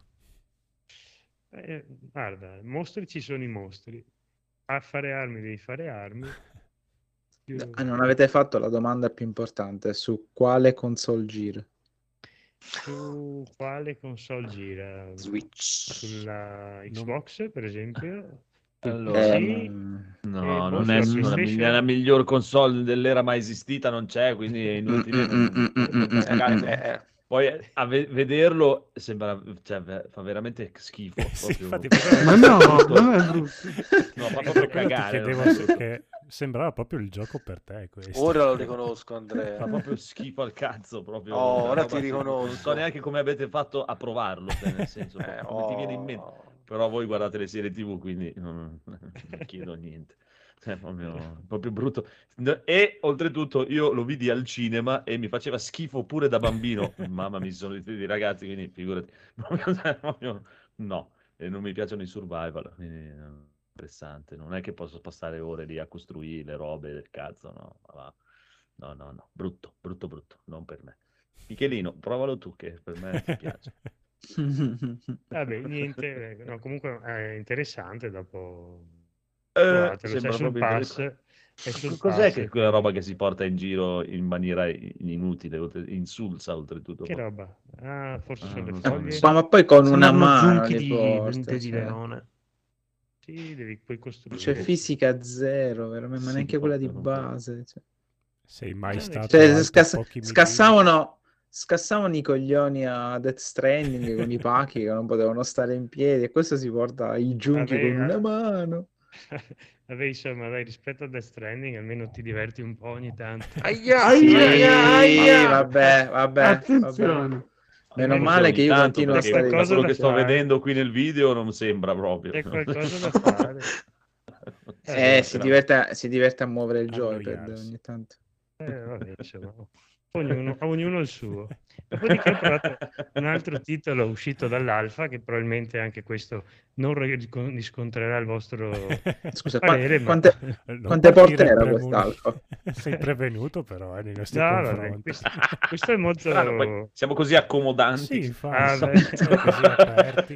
S7: Guarda, mostri ci sono i mostri. A fare armi devi fare armi.
S5: Non avete fatto la domanda più importante: su quale console gira?
S7: Su quale console gira?
S5: Switch.
S7: Sulla Xbox, per esempio?
S2: Allora, no, non è la miglior console dell'era mai esistita, non c'è, quindi è inutile. Poi a vederlo sembra, cioè, fa veramente schifo.
S4: Ma no, non è brutto.
S2: No, fa proprio cagare.
S1: Perché sembrava proprio il gioco per te questo.
S3: Ora lo riconosco, Andrea.
S2: Fa proprio schifo al cazzo, proprio.
S3: Ora ti riconosco.
S2: Non so neanche come avete fatto a provarlo, nel senso, come ti viene in mente. Però voi guardate le serie TV, quindi non chiedo niente. È proprio brutto. E oltretutto io lo vidi al cinema e mi faceva schifo pure da bambino. Mamma, mi sono dei ragazzi, quindi figurati. No, e non mi piacciono i survival, quindi interessante. Non è che posso passare ore lì a costruire le robe del cazzo, no. No, brutto, non per me. Michelino, provalo tu, che per me ti piace.
S7: Vabbè, niente, no, comunque è interessante. Dopo
S2: c'è sul
S7: pass.
S2: Cos'è che quella roba che si porta in giro in maniera inutile, insulsa oltretutto?
S7: Che roba? Forse sono le foglie.
S5: Ma poi con una mano
S7: di leone. Sì, puoi costruire.
S5: C'è fisica zero, veramente, ma neanche quella di base.
S1: Sei mai stato
S5: scassavano i coglioni a Death Stranding con i pacchi che non potevano stare in piedi, e questo si porta i giunchi con una mano.
S7: Vabbè, insomma, dai, rispetto a Death Stranding almeno ti diverti un po' ogni tanto.
S5: Vabbè.
S4: Attenzione.
S5: Meno male che io continuo a stare
S2: da quello che sto vedendo qui nel video non sembra proprio.
S7: C'è qualcosa da fare.
S5: Si diverte a muovere il joypad ogni tanto.
S7: Vabbè, insomma, ognuno il suo. Dopodiché ho provato un altro titolo uscito dall'alfa, che probabilmente anche questo non riscontrerà il vostro parere.
S5: Quante porte era quest'alfa?
S1: Sei prevenuto però nei nostri confronti.
S7: Questo è molto...
S2: Siamo così accomodanti.
S1: Sì, infatti, siamo così aperti.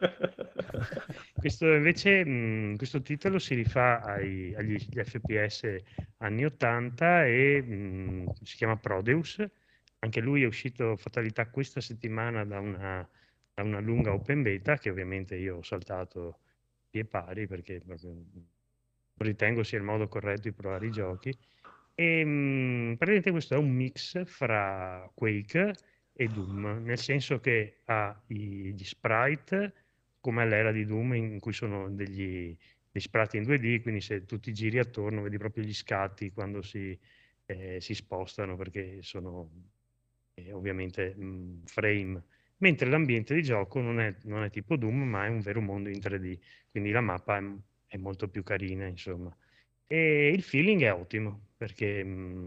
S7: Questo invece, questo titolo si rifà agli FPS anni 80 e si chiama Prodeus. Anche lui è uscito, fatalità, questa settimana da una lunga open beta, che ovviamente io ho saltato pie pari perché ritengo sia il modo corretto di provare i giochi. E praticamente questo è un mix fra Quake e Doom, nel senso che ha gli sprite come all'era di Doom, in cui sono degli sprite in 2D, quindi se tu ti giri attorno vedi proprio gli scatti quando si spostano, perché sono ovviamente frame, mentre l'ambiente di gioco non è tipo Doom, ma è un vero mondo in 3D, quindi la mappa è molto più carina, insomma. E il feeling è ottimo, perché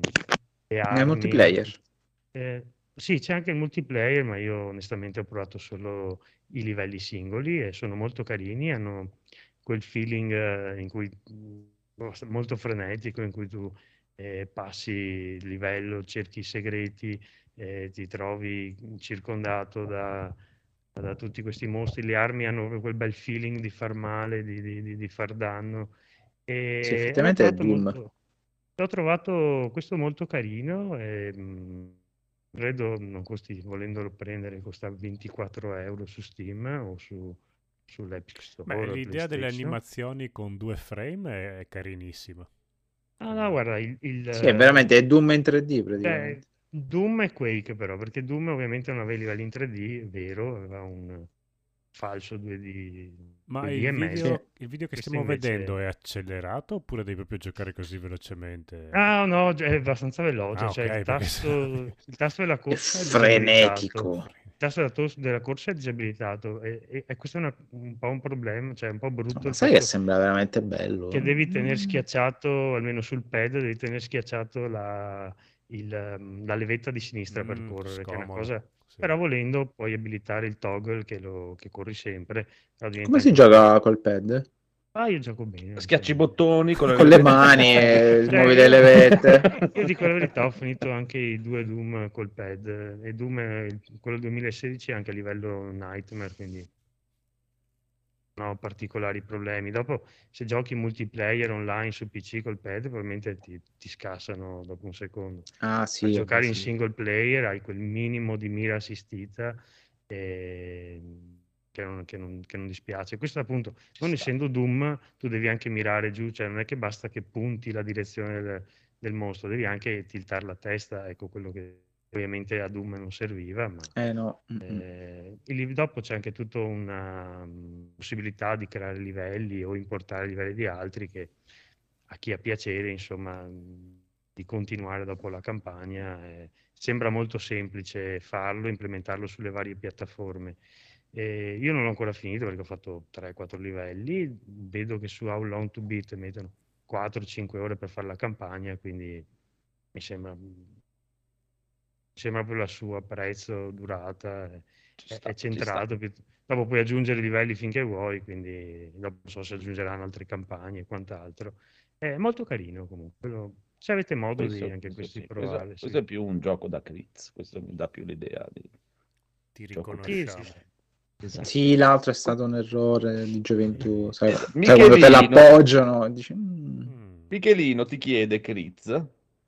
S5: è multiplayer.
S7: Sì, c'è anche il multiplayer, ma io onestamente ho provato solo i livelli singoli e sono molto carini, hanno quel feeling in cui molto frenetico, in cui tu passi il livello, cerchi i segreti, ti trovi circondato da tutti questi mostri. Le armi hanno quel bel feeling di far male, di far danno. E
S5: sì, effettivamente è Doom.
S7: Ho trovato questo molto carino e credo non costi, volendolo prendere, costa 24 euro su Steam o sull'Epic Store.
S1: L'idea delle animazioni con 2 frame è carinissima.
S7: No, guarda,
S5: sì, è veramente è Doom in 3D praticamente.
S7: Doom e Quake però, perché Doom ovviamente non aveva i livelli in 3D, è vero, aveva un falso 2D.
S1: Ma
S7: 2D
S1: il video che stiamo vedendo è accelerato oppure devi proprio giocare così velocemente?
S7: No, è abbastanza veloce, cioè
S1: okay,
S7: il tasto della corsa
S5: è frenetico.
S7: tasto della corsa è disabilitato e questo è un po' un problema, cioè un po' brutto.
S5: Ma sai che sembra veramente bello.
S7: Che devi tenere schiacciato, almeno sul pad, devi tenere schiacciato la levetta di sinistra per correre, che è una cosa... Sì. Però volendo puoi abilitare il toggle che corri sempre.
S5: Come si gioca col pad?
S7: Io gioco bene.
S2: Schiacci i bottoni
S5: con le mani e muovi le levette.
S7: Io dico la verità, ho finito anche i 2 Doom col pad e Doom, quello 2016 anche a livello Nightmare, quindi non ho particolari problemi. Dopo, se giochi multiplayer online su PC col pad, probabilmente ti scassano dopo un secondo.
S5: Sì,
S7: per giocare in single player hai quel minimo di mira assistita che non dispiace. Questo appunto, non essendo Doom, tu devi anche mirare giù, cioè non è che basta che punti la direzione del mostro, devi anche tiltare la testa, ecco quello che ovviamente a Doom non serviva, ma
S5: no.
S7: Dopo c'è anche tutta una possibilità di creare livelli o importare livelli di altri che a chi ha piacere, insomma, di continuare dopo la campagna. Sembra molto semplice farlo, implementarlo sulle varie piattaforme. Io non l'ho ancora finito perché ho fatto 3-4 livelli, vedo che su How Long to Beat mettono 4-5 ore per fare la campagna, quindi mi sembra proprio la sua prezzo, durata, è centrato. Dopo puoi aggiungere livelli finché vuoi, quindi dopo non so se aggiungeranno altre campagne e quant'altro. È molto carino comunque, se avete modo di anche questi provare.
S2: Questo è più un gioco da Critz, questo mi dà più l'idea di...
S1: Ti riconosciamo.
S5: Esatto. Sì, l'altro è stato un errore di gioventù, sai quando te l'appoggiano e dici...
S2: Michelino ti chiede, Critz,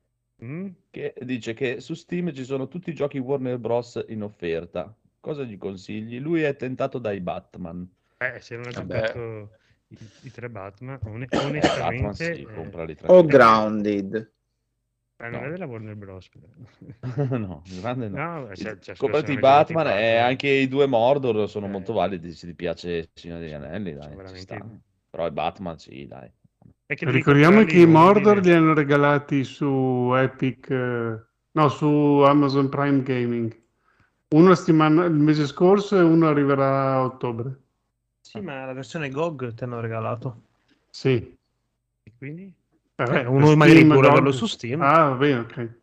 S2: che dice che su Steam ci sono tutti i giochi Warner Bros. In offerta. Cosa gli consigli? Lui è tentato dai Batman.
S7: Se non ha giocato i 3 Batman, onestamente...
S2: Batman, sì, comprali
S5: o Grounded.
S7: Non è della Warner Bros.
S2: No, grande no.
S7: C'è
S2: comprati Batman e anche i 2 Mordor sono molto validi se ti piace Signore degli Anelli, dai, ci sta. Però i Batman sì, dai.
S4: Ricordiamo che i Mordor li hanno regalati su Epic, no, su Amazon Prime Gaming. Uno il mese scorso e uno arriverà a ottobre.
S8: Sì, ma la versione GOG ti hanno regalato.
S4: Sì.
S7: E quindi?
S8: Uno magari può averlo su Steam.
S4: Va bene, ok.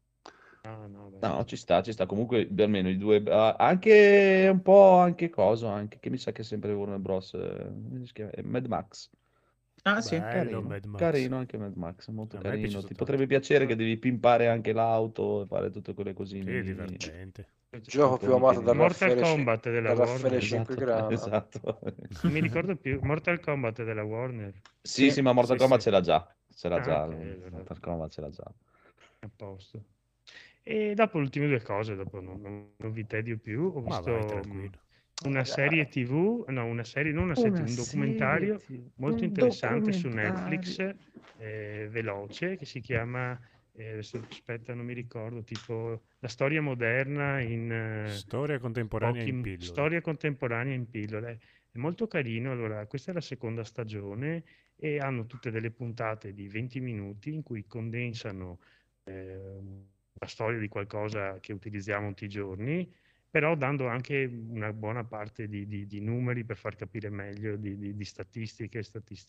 S2: No, ci sta. Comunque, almeno i 2... anche un po' anche coso, anche che mi sa che è sempre Warner Bros. Mad Max.
S5: Sì,
S2: carino anche Mad Max, molto carino. Ti potrebbe piacere che devi pimpare anche l'auto e fare tutte quelle cosine.
S1: È divertente.
S3: Il gioco più amato da
S7: Mortal Kombat della Warner.
S3: 5 gradi.
S2: Esatto.
S7: Non mi ricordo più. Mortal Kombat della Warner.
S2: Sì, ma Mortal Kombat ce l'ha già.
S7: Okay,
S2: Mortal Kombat ce l'ha già.
S7: A posto. E dopo le ultime 2 cose, dopo non vi tedio più, ho visto una serie TV, no, una serie, non una serie, un documentario molto interessante su Netflix, veloce, che si chiama, aspetta, non mi ricordo, tipo La storia moderna in...
S1: storia contemporanea in pillole.
S7: Storia contemporanea in pillole. È molto carino. Allora, questa è la seconda stagione e hanno tutte delle puntate di 20 minuti in cui condensano la storia di qualcosa che utilizziamo tutti i giorni, però dando anche una buona parte di numeri per far capire meglio, di statistiche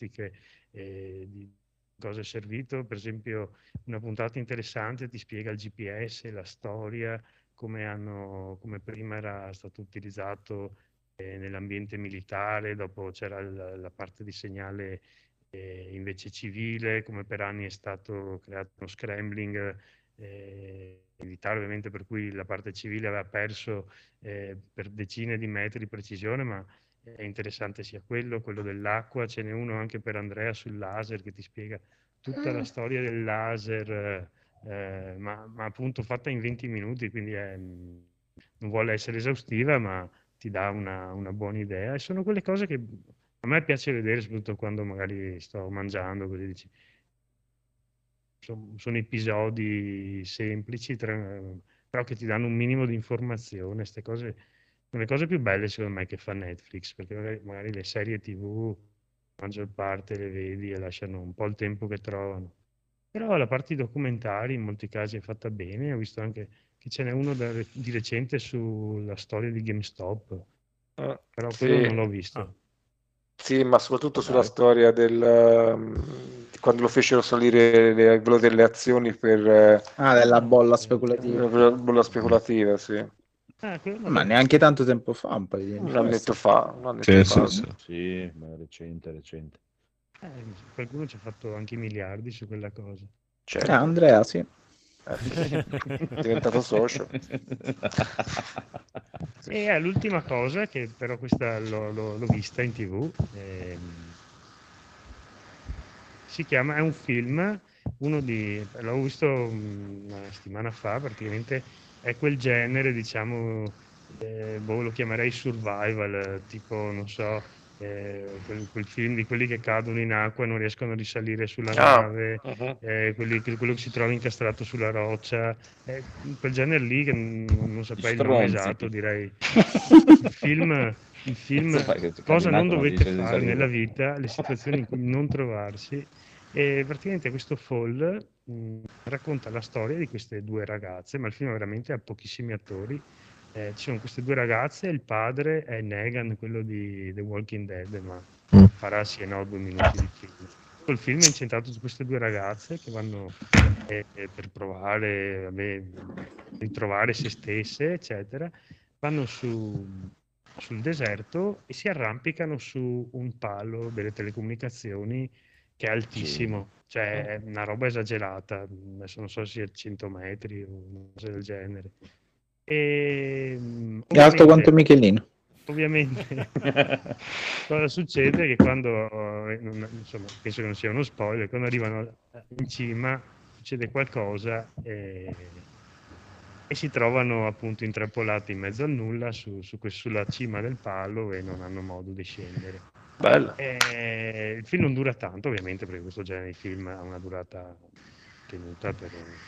S7: di cosa è servito. Per esempio, una puntata interessante ti spiega il GPS, la storia, come prima era stato utilizzato nell'ambiente militare, dopo c'era la parte di segnale invece civile, come per anni è stato creato uno scrambling militare, ovviamente, per cui la parte civile aveva perso per decine di metri di precisione, ma è interessante sia quello dell'acqua. Ce n'è uno anche per Andrea sul laser che ti spiega tutta la storia del laser, ma appunto fatta in 20 minuti, quindi non vuole essere esaustiva, ma ti dà una buona idea. E sono quelle cose che a me piace vedere, soprattutto quando magari sto mangiando, così dici. Sono episodi semplici, però che ti danno un minimo di informazione. Queste cose sono le cose più belle, secondo me, che fa Netflix, perché magari le serie TV, la maggior parte le vedi e lasciano un po' il tempo che trovano. Però la parte di documentari in molti casi è fatta bene. Ho visto anche che ce n'è uno di recente sulla storia di GameStop, però quello non l'ho visto.
S3: Sì, ma soprattutto sulla storia quando lo fecero salire il valore delle azioni per
S5: della bolla speculativa.
S3: La bolla speculativa, sì.
S5: Ma neanche tanto tempo fa, un paio di anni
S3: un annetto fa.
S2: Sì, ma recente.
S7: Qualcuno ci ha fatto anche i miliardi su quella cosa.
S3: Certo.
S5: Andrea, sì.
S3: È diventato socio.
S7: E l'ultima cosa, che però questa l'ho vista in TV, è un film, l'ho visto una settimana fa, praticamente è quel genere, diciamo, lo chiamerei survival, tipo, non so, quel film di quelli che cadono in acqua e non riescono a risalire sulla nave, quello che si trova incastrato sulla roccia, quel genere lì che non saprei il nome esatto, direi. Il film cosa non dovete fare nella vita, le situazioni in cui non trovarsi. E praticamente questo Fall racconta la storia di queste due ragazze, ma il film veramente ha pochissimi attori. Ci sono queste due ragazze, il padre è Negan, quello di The Walking Dead, ma farà 2 minuti di film. Il film è incentrato su queste due ragazze che vanno per provare ritrovare se stesse, eccetera. Vanno sul deserto e si arrampicano su un palo delle telecomunicazioni che è altissimo, cioè è una roba esagerata, adesso non so se sia 100 metri o una cosa del genere.
S5: È alto quanto Michelino.
S7: Ovviamente cosa succede? Che quando, insomma, penso che non sia uno spoiler, quando arrivano in cima succede qualcosa e si trovano appunto intrappolati in mezzo al nulla sulla cima del palo e non hanno modo di scendere.
S3: Bello.
S7: Il film non dura tanto, ovviamente, perché questo genere di film ha una durata tenuta per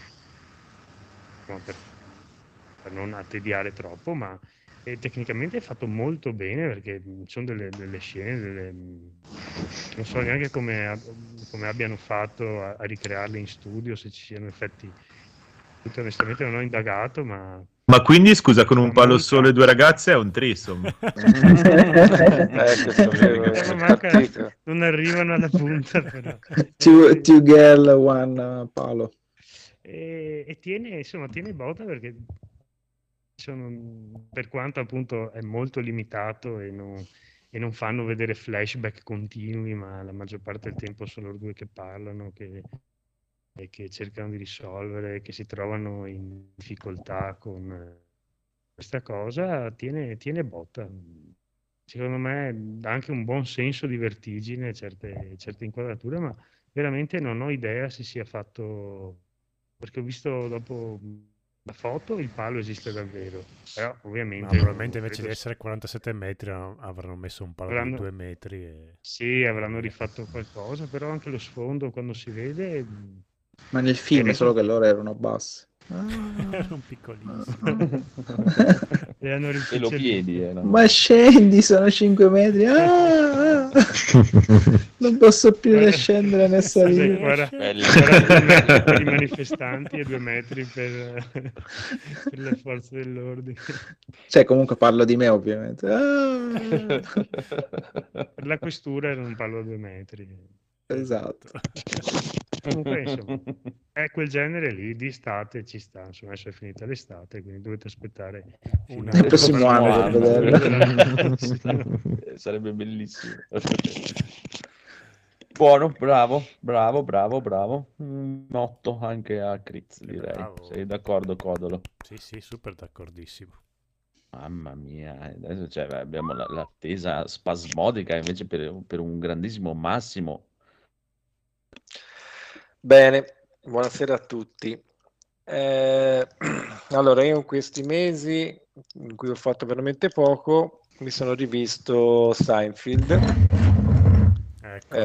S7: non attediare troppo, ma tecnicamente è fatto molto bene, perché ci sono delle scene, non so neanche come abbiano fatto a ricrearle in studio, se ci siano effetti. Onestamente non ho indagato, ma
S6: quindi, scusa, con un palo solo e 2 ragazze è un threesome.
S7: Non arrivano alla punta, però.
S5: Two girl, one palo.
S7: E tiene botta, perché per quanto appunto è molto limitato e non fanno vedere flashback continui, ma la maggior parte del tempo sono loro due che parlano, e che cercano di risolvere, che si trovano in difficoltà con questa cosa, tiene botta. Secondo me dà anche un buon senso di vertigine, certe inquadrature, ma veramente non ho idea se sia fatto, perché ho visto dopo la foto, il palo esiste davvero, però ovviamente...
S1: probabilmente invece di essere 47 metri avranno messo un palo di 2 metri.
S7: Sì, avranno rifatto qualcosa, però anche lo sfondo, quando si vede...
S5: Ma nel film solo che loro erano bassi.
S1: Erano piccolissimi.
S2: E lo piedi, no?
S5: Ma scendi, sono 5 metri. Non posso più scendere né salire.
S7: Guarda, per i manifestanti e 2 metri per le forze dell'ordine.
S5: Cioè, comunque parlo di me, ovviamente.
S7: Per la questura era un palo a 2 metri.
S5: Esatto.
S7: Comunque, insomma, è quel genere lì di estate, ci sta, insomma, adesso è finita l'estate, quindi dovete aspettare
S5: il prossimo anno per vederlo.
S2: Sarebbe bellissimo. Buono, bravo. 8 anche a Critz, direi. Bravo. Sei d'accordo, Codolo?
S1: Sì, super d'accordissimo.
S2: Mamma mia, adesso abbiamo l'attesa spasmodica invece per un grandissimo Massimo.
S3: Bene, buonasera a tutti. Allora, io in questi mesi in cui ho fatto veramente poco mi sono rivisto Seinfeld.
S1: Ecco,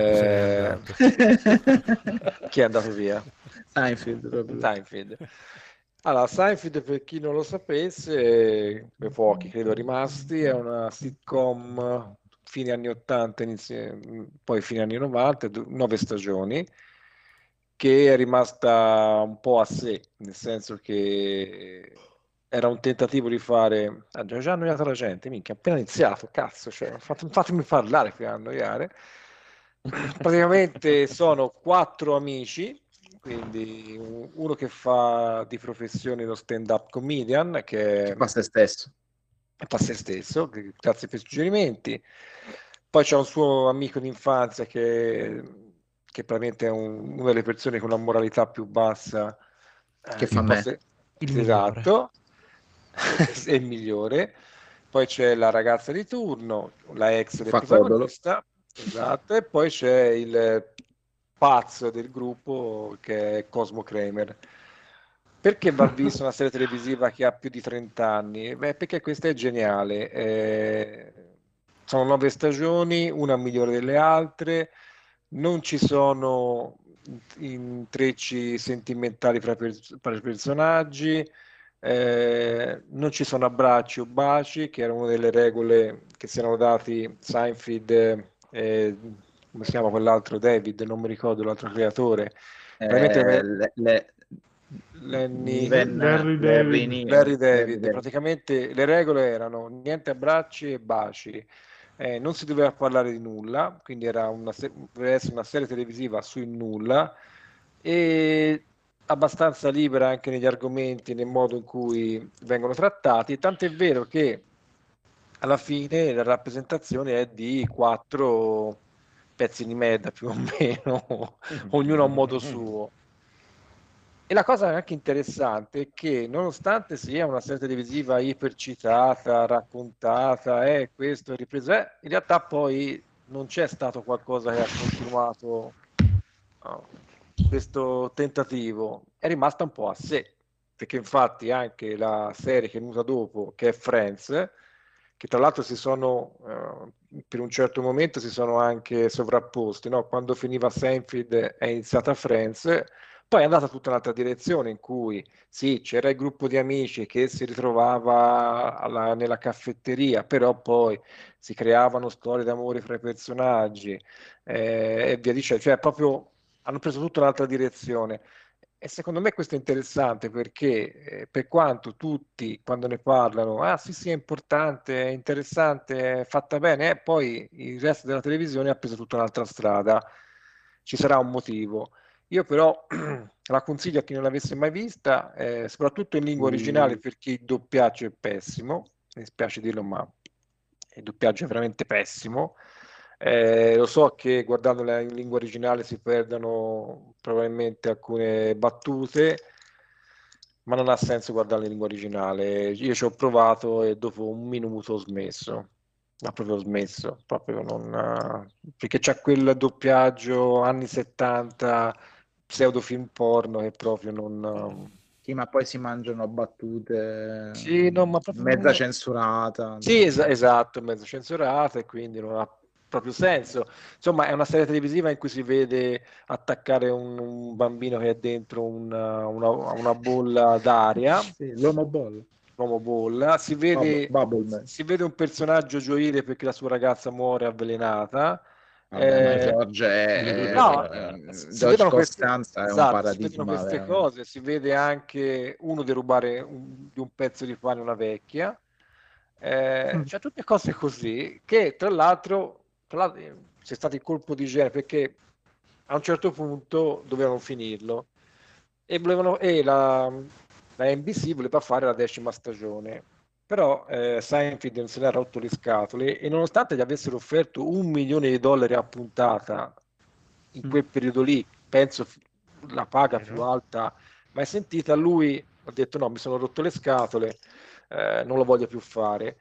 S3: chi è andato via?
S5: Seinfeld.
S3: Allora, Seinfeld, per chi non lo sapesse, per pochi credo rimasti, è una sitcom fine anni 80, poi fine anni 90, 9 stagioni, che è rimasta un po' a sé, nel senso che era un tentativo di fare... già annoiato la gente, minchia, appena iniziato, cazzo, cioè, fatemi parlare che a annoiare. Praticamente sono 4 amici, quindi uno che fa di professione lo stand-up comedian, che
S5: fa se stesso.
S3: Fa se stesso, grazie per i suggerimenti. Poi c'è un suo amico d'infanzia che probabilmente è una delle persone con la moralità più bassa.
S5: Che fa me.
S3: Esatto, è il migliore. Poi c'è la ragazza di turno, la ex del protagonista. Esatto, e poi c'è il pazzo del gruppo che è Cosmo Kramer. Perché va vista una serie televisiva che ha più di 30 anni? Beh, perché questa è geniale. Sono 9 stagioni, una migliore delle altre, non ci sono intrecci sentimentali fra i personaggi, non ci sono abbracci o baci, che era una delle regole che si erano dati Seinfeld e come si chiama quell'altro David, non mi ricordo l'altro creatore. Larry David. Praticamente le regole erano niente abbracci e baci, non si doveva parlare di nulla, quindi era doveva essere una serie televisiva sul nulla e abbastanza libera anche negli argomenti, nel modo in cui vengono trattati, tant'è vero che alla fine la rappresentazione è di 4 pezzi di merda più o meno, ognuno a un modo suo. E la cosa anche interessante è che nonostante sia una serie televisiva ipercitata, raccontata, questo ripreso, in realtà poi non c'è stato qualcosa che ha continuato questo tentativo, è rimasta un po' a sé, perché infatti anche la serie che è venuta dopo, che è Friends, che tra l'altro per un certo momento si sono anche sovrapposti, no? Quando finiva Seinfeld è iniziata Friends, poi è andata tutta un'altra direzione in cui sì, c'era il gruppo di amici che si ritrovava nella caffetteria, però poi si creavano storie d'amore fra i personaggi e via dicendo, cioè proprio hanno preso tutta un'altra direzione. E secondo me questo è interessante perché per quanto tutti quando ne parlano, ah sì sì è importante, è interessante, è fatta bene, poi il resto della televisione ha preso tutta un'altra strada, ci sarà un motivo. Io però la consiglio a chi non l'avesse mai vista, soprattutto in lingua originale perché il doppiaggio è pessimo, mi spiace dirlo ma il doppiaggio è veramente pessimo. Lo so che guardandola in lingua originale si perdono probabilmente alcune battute, ma non ha senso guardarla in lingua originale. Io ci ho provato e dopo un minuto ho smesso. Ha proprio smesso, proprio non, perché c'è quel doppiaggio anni 70 pseudofilm porno che proprio non...
S5: Sì, ma poi si mangiano battute
S3: sì, no, ma proprio
S5: mezza censurata.
S3: Sì, esatto, mezza censurata e quindi non ha proprio senso. Insomma, è una serie televisiva in cui si vede attaccare un bambino che è dentro una bolla d'aria.
S5: Sì, l'uomo bolla.
S3: L'uomo bolla. Si vede un personaggio gioire perché la sua ragazza muore avvelenata.
S5: Vabbè, George Costanza è un paradigma.
S3: Si vedono queste cose, si vede anche uno derubare di un pezzo di pane a una vecchia. Cioè tutte cose così che tra l'altro c'è stato il colpo di genere perché a un certo punto dovevano finirlo e la NBC voleva fare la 10ª stagione, però Seinfeld non se ne ha rotto le scatole e nonostante gli avessero offerto $1 milione a puntata in quel periodo lì, penso la paga più alta mai sentita, lui ha detto no, mi sono rotto le scatole, non lo voglio più fare.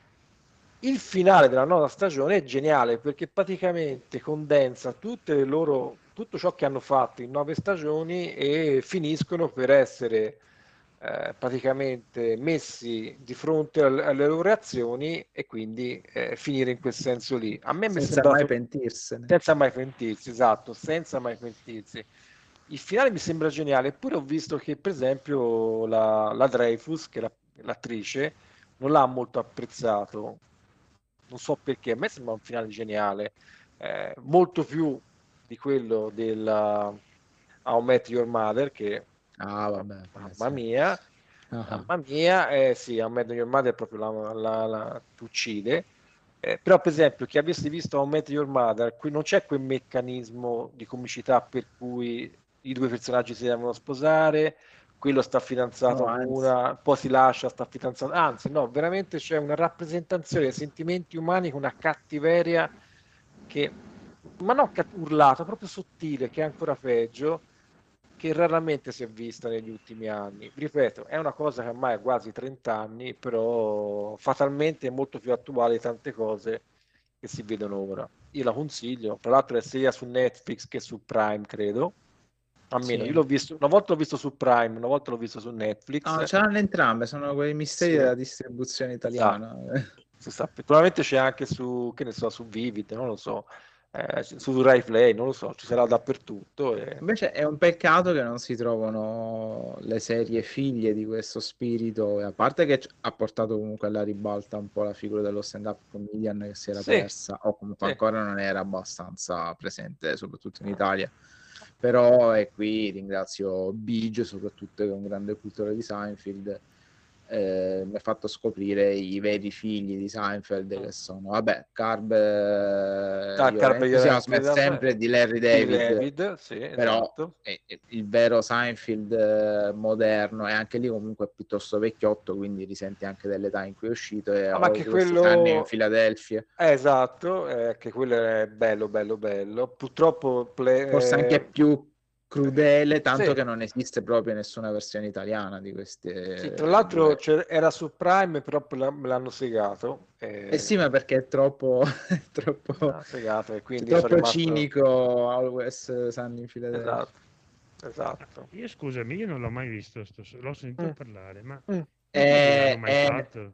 S3: Il finale della 9ª stagione è geniale perché praticamente condensa tutto ciò che hanno fatto in 9 stagioni e finiscono per essere praticamente messi di fronte alle loro azioni e quindi finire in quel senso lì. A me
S5: senza mai pentirsene.
S3: Senza mai pentirsi, esatto, senza mai pentirsi. Il finale mi sembra geniale, eppure ho visto che per esempio la Dreyfus, che è l'attrice, non l'ha molto apprezzato. Non so perché, a me sembra un finale geniale, molto più di quello del How I Met Your Mother, che
S5: vabbè,
S3: mamma mia. Mamma mia, sì, a Met Your Mother proprio ti uccide. Però per esempio chi avesse visto How I Met Your Mother, qui non c'è quel meccanismo di comicità per cui i due personaggi si devono sposare, quello sta fidanzato con una, poi si lascia, sta fidanzato, anzi no, veramente c'è una rappresentazione dei sentimenti umani con una cattiveria che, ma non urlata, proprio sottile, che è ancora peggio, che raramente si è vista negli ultimi anni. Ripeto, è una cosa che ormai ha quasi 30 anni, però fatalmente è molto più attuale di tante cose che si vedono ora. Io la consiglio, tra l'altro è sia su Netflix che su Prime, credo. Almeno io l'ho visto, una volta l'ho visto su Prime, una volta l'ho visto su Netflix.
S5: No, c'erano entrambe, sono quei misteri della distribuzione italiana.
S3: Probabilmente c'è anche su, che ne so, su Vivid, non lo so. Su Rai Play, non lo so, ci sarà dappertutto.
S5: Invece è un peccato che non si trovano le serie figlie di questo spirito, a parte che ha portato comunque alla ribalta un po' la figura dello stand-up comedian che si era persa, o comunque ancora non era abbastanza presente, soprattutto in Italia. Però e qui ringrazio Biggio, soprattutto, che è un grande cultore di Seinfeld, mi ha fatto scoprire i veri figli di Seinfeld, che sono, vabbè, Carb sempre di Larry David, però
S3: esatto.
S5: è il vero Seinfeld moderno, e anche lì comunque è piuttosto vecchiotto, quindi risente anche dell'età in cui è uscito, e
S3: ma anche quello
S5: anni in Filadelfia.
S3: Esatto, che quello è bello. Purtroppo
S5: forse anche più crudele, tanto che non esiste proprio nessuna versione italiana di queste.
S3: Sì, tra l'altro era su Prime, però me l'hanno segato.
S5: Sì, ma perché è troppo
S3: segato, e quindi
S5: troppo cinico. Always Sunny in Philadelphia.
S3: Esatto.
S7: Io scusami, io non l'ho mai visto, l'ho sentito parlare, ma non
S5: l'hanno
S7: mai fatto.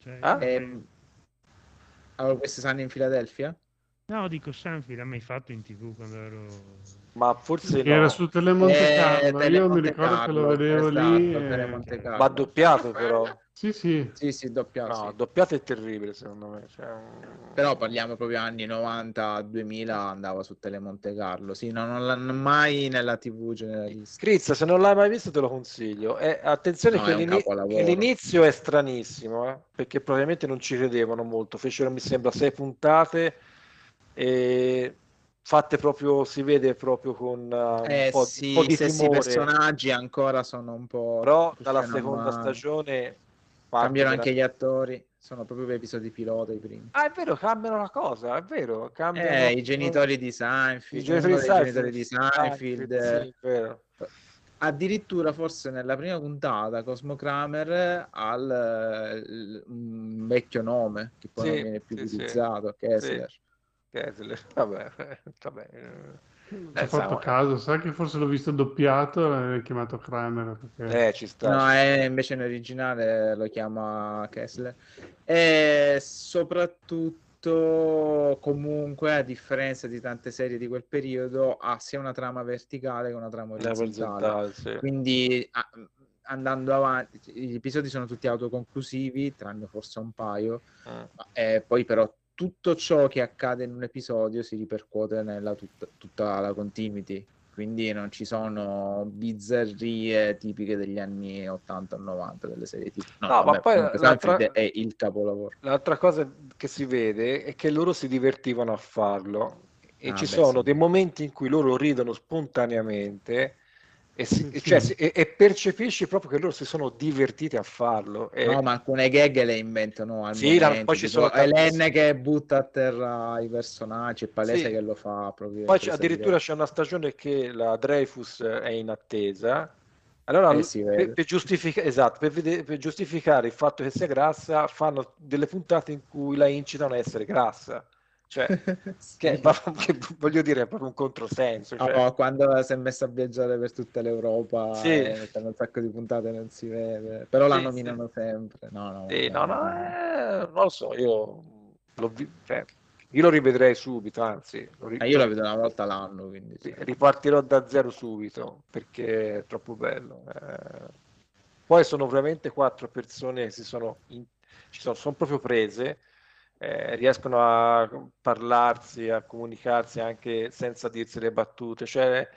S5: Always Sunny in Philadelphia?
S7: No, dico Seinfeld l'ha mai fatto in TV quando ero...
S3: Ma forse
S4: era su Telemonte Carlo, io mi ricordo che lo vedevo lì.
S3: Ma doppiato però.
S4: Sì,
S5: doppiato.
S3: No, doppiato è terribile secondo me.
S5: Però parliamo proprio anni 90-2000, andava su Telemonte Carlo. Sì, non l'hanno mai nella TV generalista.
S3: Crizza, se non l'hai mai visto te lo consiglio. Attenzione che l'inizio è stranissimo, perché probabilmente non ci credevano molto. Fecero, mi sembra, 6 puntate e fatte proprio, si vede proprio con un po' di timore.
S5: I personaggi ancora sono un po',
S3: però dalla seconda stagione
S5: cambiano anche gli attori, sono proprio episodi pilota i primi.
S3: È vero, cambiano la cosa, è vero,
S5: i genitori di Seinfeld,
S3: sì, vero.
S5: Addirittura forse nella prima puntata Cosmo Kramer ha un vecchio nome che poi non viene più utilizzato, Kessler.
S3: Vabbè.
S4: Ho fatto caso, sai che forse l'ho visto doppiato e chiamato Kramer. Perché...
S5: ci sta. No, invece in originale lo chiama Kessler. E soprattutto, comunque, a differenza di tante serie di quel periodo, ha sia una trama verticale che una trama orizzontale. Quindi andando avanti, gli episodi sono tutti autoconclusivi, tranne forse un paio, poi però tutto ciò che accade in un episodio si ripercuote nella tutta la continuity, quindi non ci sono bizzarrie tipiche degli anni 80 o 90 delle serie TV.
S3: Ma poi
S5: è il capolavoro.
S3: L'altra cosa che si vede è che loro si divertivano a farlo, e ci sono dei momenti in cui loro ridono spontaneamente e percepisci proprio che loro si sono divertiti a farlo.
S5: No, ma alcune gag le inventano al momento.
S3: Poi ci sono
S5: Hélène che butta a terra i personaggi, è palese che lo fa proprio.
S3: Poi addirittura c'è una stagione che la Dreyfus è in attesa. Allora, per giustificare il fatto che sia grassa, fanno delle puntate in cui la incitano a essere grassa. Che voglio dire, è proprio un controsenso.
S5: Quando si è messa a viaggiare per tutta l'Europa, mettono un sacco di puntate, non si vede, però la nominano sempre. Non
S3: lo so, io lo rivedrei subito, anzi
S5: io la vedo una volta l'anno, quindi
S3: ripartirò da zero subito perché è troppo bello. Poi sono veramente 4 persone che sono proprio prese. Riescono a parlarsi, a comunicarsi anche senza dirsi le battute,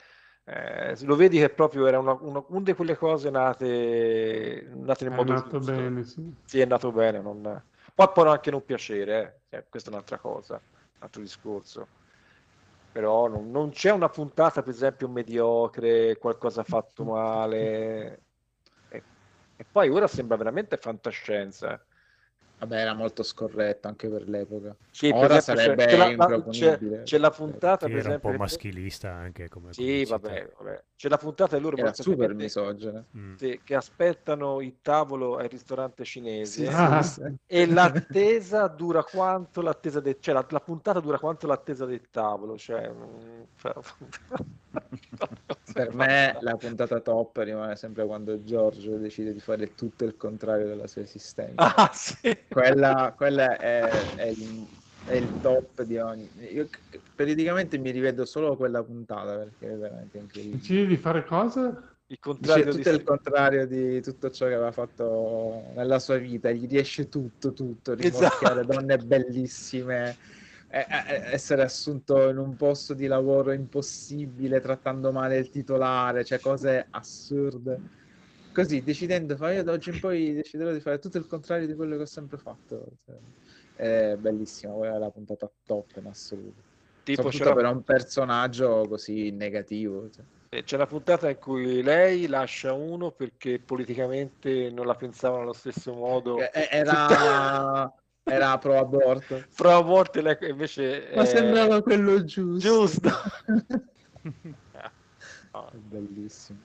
S3: Lo vedi che proprio era una di quelle cose nate nel modo
S4: giusto. Bene, sì.
S3: Sì, è nato bene. Poi può anche non piacere, questa è un'altra cosa, un altro discorso. Però non c'è una puntata, per esempio, mediocre, qualcosa fatto male. E poi ora sembra veramente fantascienza.
S5: Vabbè, era molto scorretto anche per l'epoca.
S3: Sì,
S5: ora
S3: esempio,
S5: sarebbe improponibile.
S3: C'è la puntata,
S1: sì,
S3: per
S1: era
S3: esempio,
S1: un po' maschilista anche come
S3: sì, vabbè. C'è la puntata e loro
S5: era super misogina.
S3: che aspettano il tavolo al ristorante cinese
S5: sì.
S3: E l'attesa dura quanto l'attesa cioè la puntata dura quanto l'attesa del tavolo, cioè
S5: per me la puntata top rimane sempre quando Giorgio decide di fare tutto il contrario della sua esistenza.
S3: Sì.
S5: Quella è il top di ogni. Io periodicamente mi rivedo solo quella puntata perché è veramente incredibile.
S4: Decidi di fare cosa?
S3: Il contrario
S5: tutto il contrario di tutto ciò che aveva fatto nella sua vita, gli riesce tutto, rimorchiare donne bellissime, essere assunto in un posto di lavoro impossibile, trattando male il titolare, cioè cose assurde. Così, decidendo, io da oggi in poi deciderò di fare tutto il contrario di quello che ho sempre fatto. È bellissima, quella è la puntata top in assoluto. Soprattutto per un personaggio così negativo.
S3: C'è una puntata in cui lei lascia uno perché politicamente non la pensavano allo stesso modo.
S5: Era pro aborto.
S3: Pro aborto, lei invece.
S5: Ma sembrava quello giusto. Bellissimo.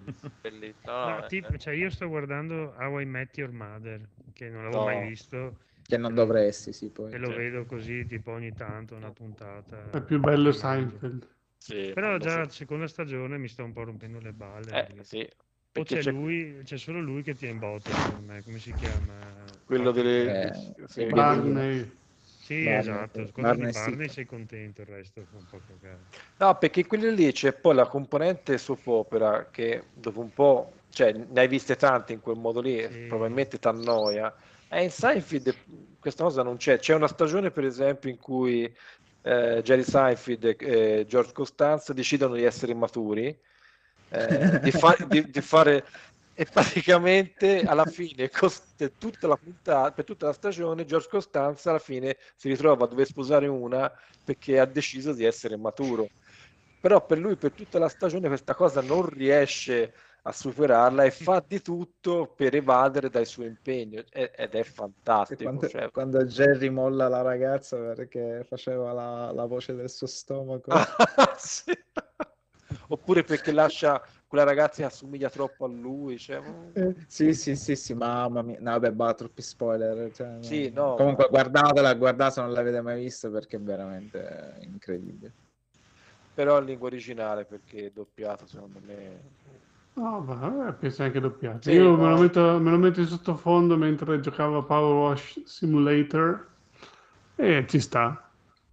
S7: Cioè io sto guardando How I Met Your Mother, che non l'avevo mai visto.
S5: Che non dovresti, sì, poi.
S7: E lo vedo così tipo ogni tanto una puntata.
S4: È più bello Seinfeld.
S7: Sì, però già la seconda stagione mi sta un po' rompendo le balle.
S3: Sì.
S7: O c'è solo lui che tiene in botte per me, come si chiama?
S3: Quello delle
S4: Barney.
S7: Sì, esatto. Quando di Barney sei contento, il resto fa un po' cagare.
S3: No, perché quelli lì c'è poi la componente soap opera che dopo un po', cioè ne hai viste tante in quel modo lì, probabilmente t'annoia. E in Seinfeld questa cosa non c'è. C'è una stagione, per esempio, in cui Jerry Seinfeld e George Costanza decidono di essere immaturi, di fare, e praticamente alla fine per tutta la puntata, per tutta la stagione, George Costanza alla fine si ritrova a dover sposare una perché ha deciso di essere maturo. Però per lui, per tutta la stagione, questa cosa non riesce a superarla e fa di tutto per evadere dal suo impegno ed è fantastico.
S5: Quando Jerry molla la ragazza perché faceva la voce del suo stomaco.
S3: Sì. Oppure perché lascia quella ragazza che assomiglia troppo a lui, cioè...
S5: sì, mamma mia, no vabbè, troppi spoiler, cioè,
S3: sì, no,
S5: comunque guardate se non l'avete mai visto perché è veramente incredibile.
S3: Però in lingua originale, perché doppiato secondo me...
S4: No, ma penso anche doppiato. Sì, io me lo metto in sottofondo mentre giocavo a Power Wash Simulator e ci sta.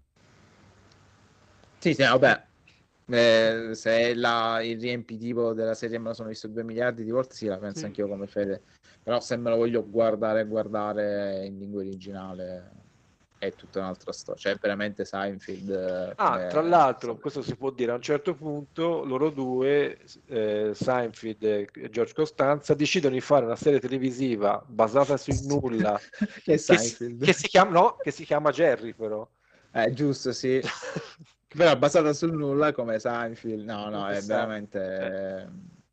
S5: Sì, vabbè. Se il riempitivo della serie me lo sono visto 2 miliardi di volte, sì, la penso anch'io come Fede. Però se me lo voglio guardare in lingua originale è tutta un'altra storia. Cioè, veramente Seinfeld.
S3: Tra l'altro, questo si può dire a un certo punto, loro due, Seinfeld e George Costanza, decidono di fare una serie televisiva basata sul nulla
S5: che si
S3: chiama Jerry, però.
S5: Giusto, sì. Però basata sul nulla come Seinfeld. No, è veramente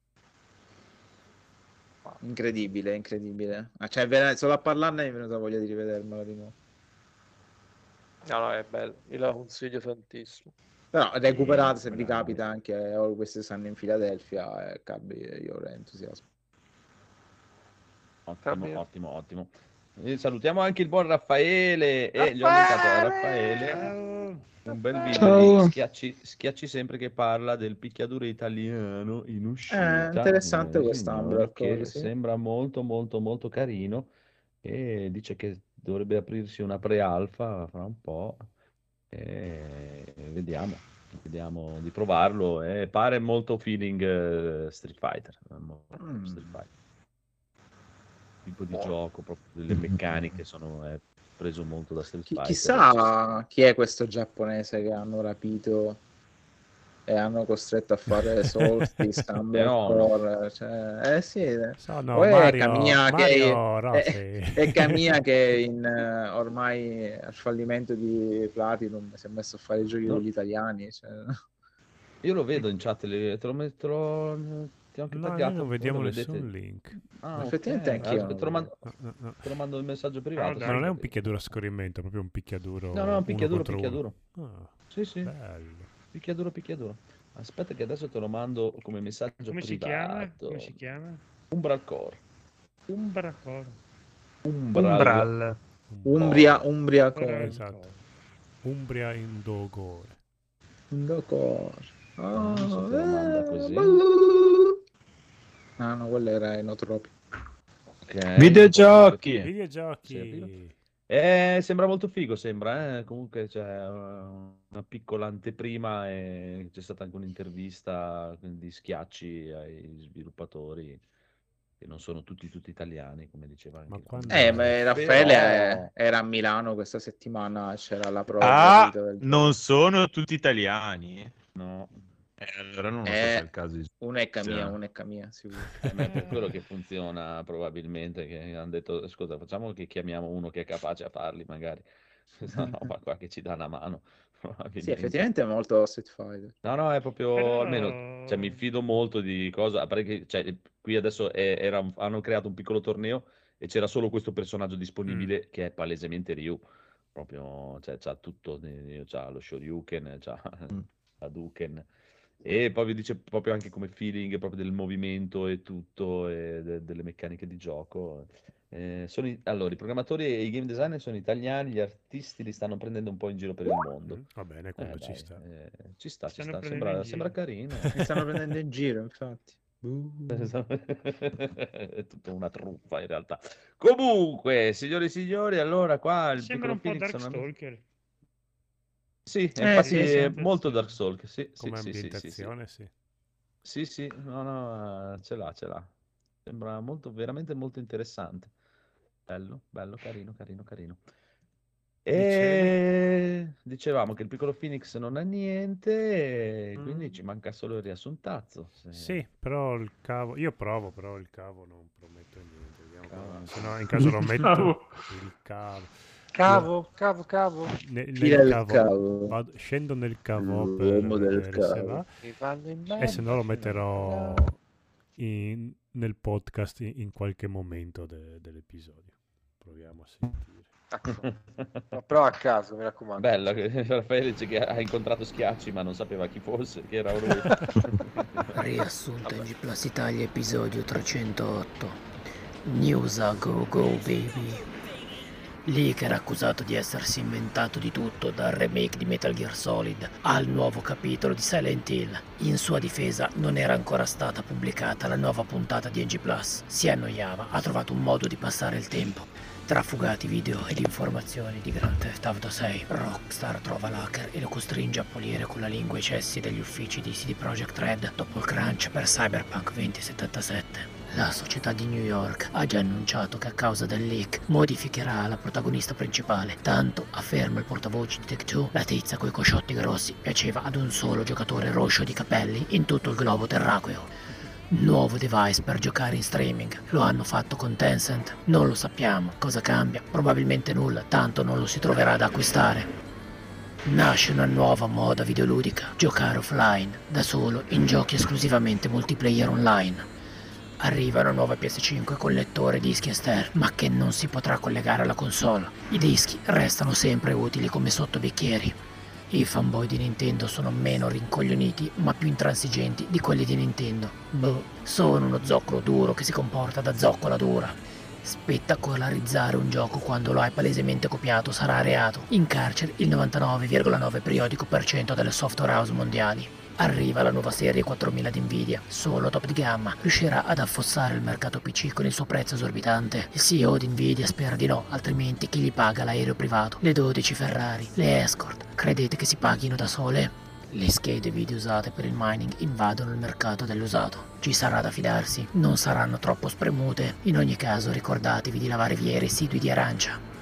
S5: incredibile. Cioè, solo a parlarne mi è venuta voglia di rivedermela di nuovo.
S3: No, è bello, io la consiglio tantissimo.
S5: Però recuperate se vi capita anche Always Sunny in Philadelphia e Cabby Your Enthusiasm.
S2: Ottimo. Salutiamo anche il buon Raffaele e gli ho mandato a Raffaele un bel video di schiacci sempre che parla del picchiaduro italiano in uscita.
S5: Interessante quest'ambito
S2: che sembra molto carino e dice che dovrebbe aprirsi una pre-alfa fra un po' e vediamo di provarlo e pare molto feeling Street Fighter. Tipo di gioco, proprio delle meccaniche sono preso molto da Street Fighter.
S5: Chissà chi è questo giapponese che hanno rapito e hanno costretto a fare Solstice, Core, cioè, sì.
S1: Poi
S5: Camilla è Camilla che ormai al fallimento di Platinum si è messo a fare i giochi con gli italiani, cioè.
S2: Io lo vedo in chat, te lo metterò. Ti ho anche taggato.
S1: Non vediamo nessun link.
S5: Effettivamente anch'io.
S2: Te lo mando il messaggio privato.
S1: Ma non è un picchiaduro a scorrimento, è proprio un picchiaduro.
S2: No, un picchiaduro. Sì.
S1: Bello.
S2: Picchiaduro. Aspetta che adesso te lo mando come messaggio privato.
S7: Come si chiama?
S2: Umbral Core.
S5: Umbral. Umbria Core.
S1: Esatto. Umbria Indogore.
S2: Così.
S5: No, quello era Enotropico.
S2: Okay.
S1: Videogiochi.
S2: Sembra molto figo, comunque c'è una piccola anteprima e c'è stata anche un'intervista di schiacci ai sviluppatori che non sono tutti italiani, come diceva anche.
S5: Ma Raffaele era a Milano questa settimana, c'era la prova.
S6: Non sono tutti italiani?
S2: No.
S6: Allora non so se è il caso di...
S5: Una è Camilla, sicuro.
S2: Per quello che funziona probabilmente, che hanno detto, scusa, facciamo che chiamiamo uno che è capace a farli, magari. Questa roba qua che ci dà una mano.
S5: Sì, effettivamente è molto Street Fighter.
S2: No, è proprio, almeno, cioè, mi fido molto di cosa, perché qui adesso hanno creato un piccolo torneo e c'era solo questo personaggio disponibile che è palesemente Ryu. Proprio, c'ha tutto, c'ha lo Shoryuken, c'ha Hadouken. E poi vi dice proprio anche come feeling proprio del movimento e tutto, e delle meccaniche di gioco. Allora, i programmatori e i game designer sono italiani, gli artisti li stanno prendendo un po' in giro per il mondo.
S1: Va bene, quello ci sta.
S2: Ci sta, sembra carino.
S5: Mi stanno prendendo in giro, infatti.
S2: È tutta una truffa in realtà. Comunque, signori e signori, allora qua il
S7: sembra un po' Darkstalker.
S2: Sì, infatti è molto Dark Souls, sì,
S1: come ambientazione, sì.
S2: Sì, no, ce l'ha. Sembra veramente molto interessante. Bello, carino. E dicevamo che il piccolo Phoenix non ha niente, quindi ci manca solo il riassuntazzo.
S1: Sì, però il cavo, io provo, però il cavo non promette niente. Se no, in caso lo metto il cavo.
S3: Cavo.
S1: Nel cavo. Scendo nel cavo per vedere se va. E se no lo metterò nel podcast in qualche momento dell'episodio. Proviamo a sentire.
S3: No, però a caso, mi raccomando.
S2: Bello che Raffaele dice che ha incontrato Schiacci ma non sapeva chi fosse, che era lui.
S9: Riassunto in G Plus Italia episodio 308. News a go baby. Leak era accusato di essersi inventato di tutto, dal remake di Metal Gear Solid al nuovo capitolo di Silent Hill. In sua difesa non era ancora stata pubblicata la nuova puntata di NG Plus. Si annoiava, ha trovato un modo di passare il tempo. Tra fugati video ed informazioni di Grand Theft Auto 6, Rockstar trova l'hacker e lo costringe a pulire con la lingua i cessi degli uffici di CD Projekt Red dopo il crunch per Cyberpunk 2077. La società di New York ha già annunciato che a causa del leak modificherà la protagonista principale, tanto, afferma il portavoce di Take-Two, la tizia coi cosciotti grossi piaceva ad un solo giocatore roscio di capelli in tutto il globo terracqueo. Nuovo device per giocare in streaming, lo hanno fatto con Tencent? Non lo sappiamo, cosa cambia? Probabilmente nulla, tanto non lo si troverà da acquistare. Nasce una nuova moda videoludica, giocare offline, da solo, in giochi esclusivamente multiplayer online. Arriva una nuova PS5 con lettore dischi esterni, ma che non si potrà collegare alla console. I dischi restano sempre utili come sottobicchieri. I fanboy di Nintendo sono meno rincoglioniti, ma più intransigenti di quelli di Nintendo. Sono uno zoccolo duro che si comporta da zoccola dura. Spettacolarizzare un gioco quando lo hai palesemente copiato sarà reato. In carcere il 99,9 periodico per cento delle software house mondiali. Arriva la nuova serie 4000 di Nvidia, solo top di gamma, riuscirà ad affossare il mercato PC con il suo prezzo esorbitante. Il CEO di Nvidia spera di no, altrimenti chi gli paga l'aereo privato, le 12 Ferrari, le Escort, credete che si paghino da sole? Le schede video usate per il mining invadono il mercato dell'usato. Ci sarà da fidarsi, non saranno troppo spremute, in ogni caso ricordatevi di lavare via i residui di arancia.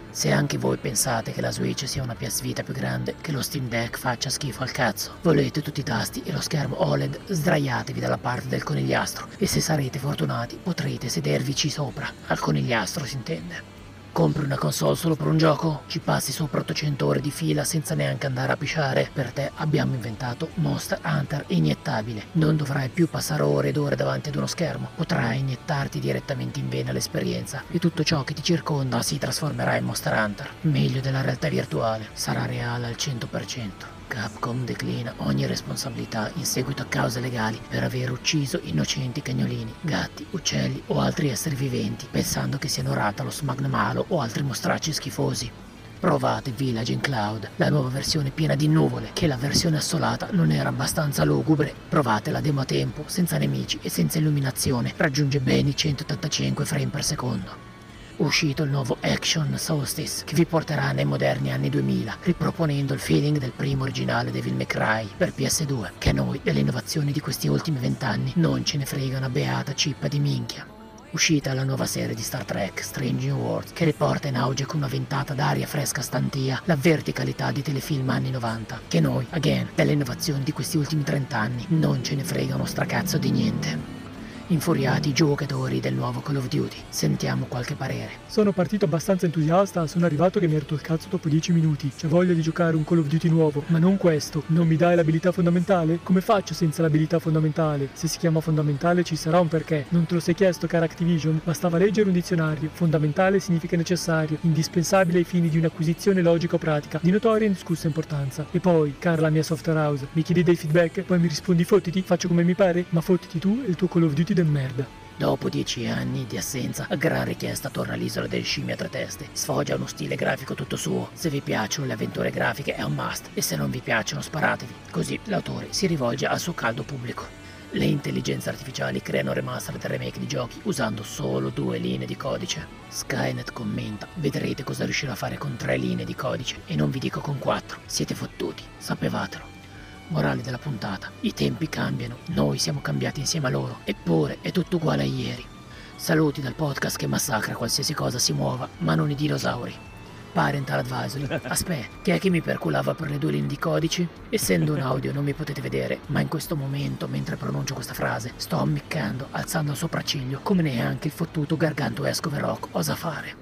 S9: Se anche voi pensate che la Switch sia una PS Vita più grande, che lo Steam Deck faccia schifo al cazzo, volete tutti i tasti e lo schermo OLED, sdraiatevi dalla parte del conigliastro e se sarete fortunati potrete sedervici sopra, al conigliastro si intende. Compri una console solo per un gioco? Ci passi sopra 800 ore di fila senza neanche andare a pisciare? Per te abbiamo inventato Monster Hunter iniettabile. Non dovrai più passare ore ed ore davanti ad uno schermo. Potrai iniettarti direttamente in vena l'esperienza e tutto ciò che ti circonda si trasformerà in Monster Hunter. Meglio della realtà virtuale. Sarà reale al 100%. Capcom declina ogni responsabilità in seguito a cause legali per aver ucciso innocenti cagnolini, gatti, uccelli o altri esseri viventi, pensando che siano Rathalos, Magnamalo o altri mostracci schifosi. Provate Village in Cloud, la nuova versione piena di nuvole, che la versione assolata non era abbastanza lugubre. Provate la demo a tempo, senza nemici e senza illuminazione, raggiunge ben i 185 frame per secondo. Uscito il nuovo Action Solstice, che vi porterà nei moderni anni 2000, riproponendo il feeling del primo originale Devil May Cry per PS2, che a noi delle innovazioni di questi ultimi 20 anni non ce ne frega una beata cippa di minchia. Uscita la nuova serie di Star Trek Strange New Worlds, che riporta in auge con una ventata d'aria fresca stantia la verticalità di telefilm anni 90, che noi, again, delle innovazioni di questi ultimi 30 anni non ce ne frega uno stracazzo di niente. Infuriati i giocatori del nuovo Call of Duty, sentiamo qualche parere.
S10: Sono partito abbastanza entusiasta, sono arrivato che mi ero rotto il cazzo dopo 10 minuti. C'ho voglia di giocare un Call of Duty nuovo, ma non questo. Non mi dai l'abilità fondamentale? Come faccio senza l'abilità fondamentale? Se si chiama fondamentale ci sarà un perché. Non te lo sei chiesto, cara Activision? Bastava leggere un dizionario. Fondamentale significa necessario, indispensabile ai fini di un'acquisizione logica o pratica, di notoria e indiscussa importanza. E poi, cara la mia software house, mi chiedi dei feedback, poi mi rispondi fottiti, faccio come mi pare? Ma fottiti tu e il tuo Call of Duty merda.
S9: Dopo 10 anni di assenza, a gran richiesta torna all'isola delle scimmie a 3 teste. Sfoggia uno stile grafico tutto suo. Se vi piacciono le avventure grafiche è un must, e se non vi piacciono sparatevi. Così l'autore si rivolge al suo caldo pubblico. Le intelligenze artificiali creano remaster del remake di giochi usando solo 2 linee di codice. Skynet commenta: vedrete cosa riuscirò a fare con 3 linee di codice, e non vi dico con 4. Siete fottuti, sapevatelo. Morale della puntata: i tempi cambiano, noi siamo cambiati insieme a loro, eppure è tutto uguale a ieri. Saluti dal podcast che massacra qualsiasi cosa si muova, ma non i dinosauri. Parental advisory. Aspetta, chi è che mi perculava per le 2 linee di codici? Essendo un audio non mi potete vedere, ma in questo momento, mentre pronuncio questa frase, sto ammiccando, alzando il sopracciglio, come neanche il fottuto gargantuesco Verrock osa fare.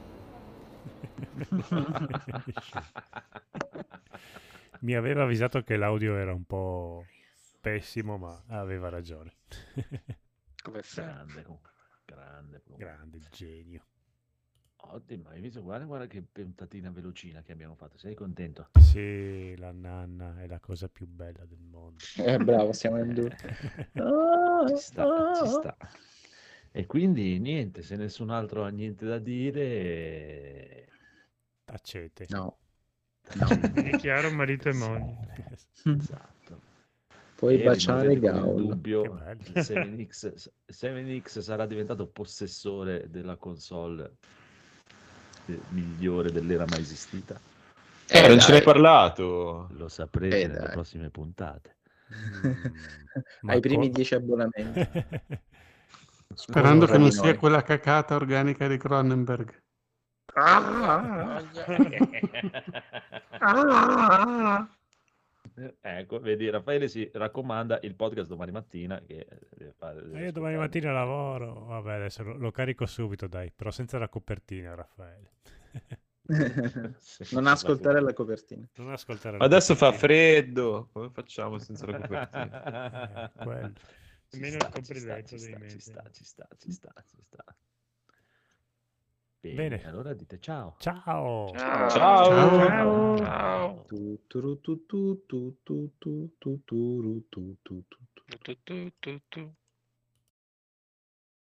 S1: Mi aveva avvisato che l'audio era un po' pessimo, ma aveva ragione.
S2: Come grande
S1: genio.
S2: Ottimo, hai visto? Guarda che puntatina velocina che abbiamo fatto. Sei contento?
S1: Sì, la nanna è la cosa più bella del mondo.
S5: Bravo, siamo in due.
S2: Ci sta. E quindi niente, se nessun altro ha niente da dire,
S1: tacete.
S5: No.
S7: È chiaro, marito e moglie.
S2: Esatto.
S5: Puoi baciare Gaul.
S2: In dubbio, 7X sarà diventato possessore della console migliore dell'era mai esistita.
S6: Non ce n'è parlato.
S2: Lo saprete nelle prossime puntate.
S5: Ai primi 10 abbonamenti.
S4: Sperando che non sia quella cacata organica di Cronenberg.
S2: Ecco, vedi, Raffaele si raccomanda il podcast domani mattina che
S1: io domani mattina lavoro, vabbè, adesso lo carico subito, dai, però senza la copertina, Raffaele.
S5: Non ascoltare la copertina.
S6: Non ascoltare la adesso copertina. Fa freddo, come facciamo senza la copertina?
S7: Almeno il copriletto
S2: ci sta. Bene, allora dite ciao.
S1: Ciao.
S5: Ciao.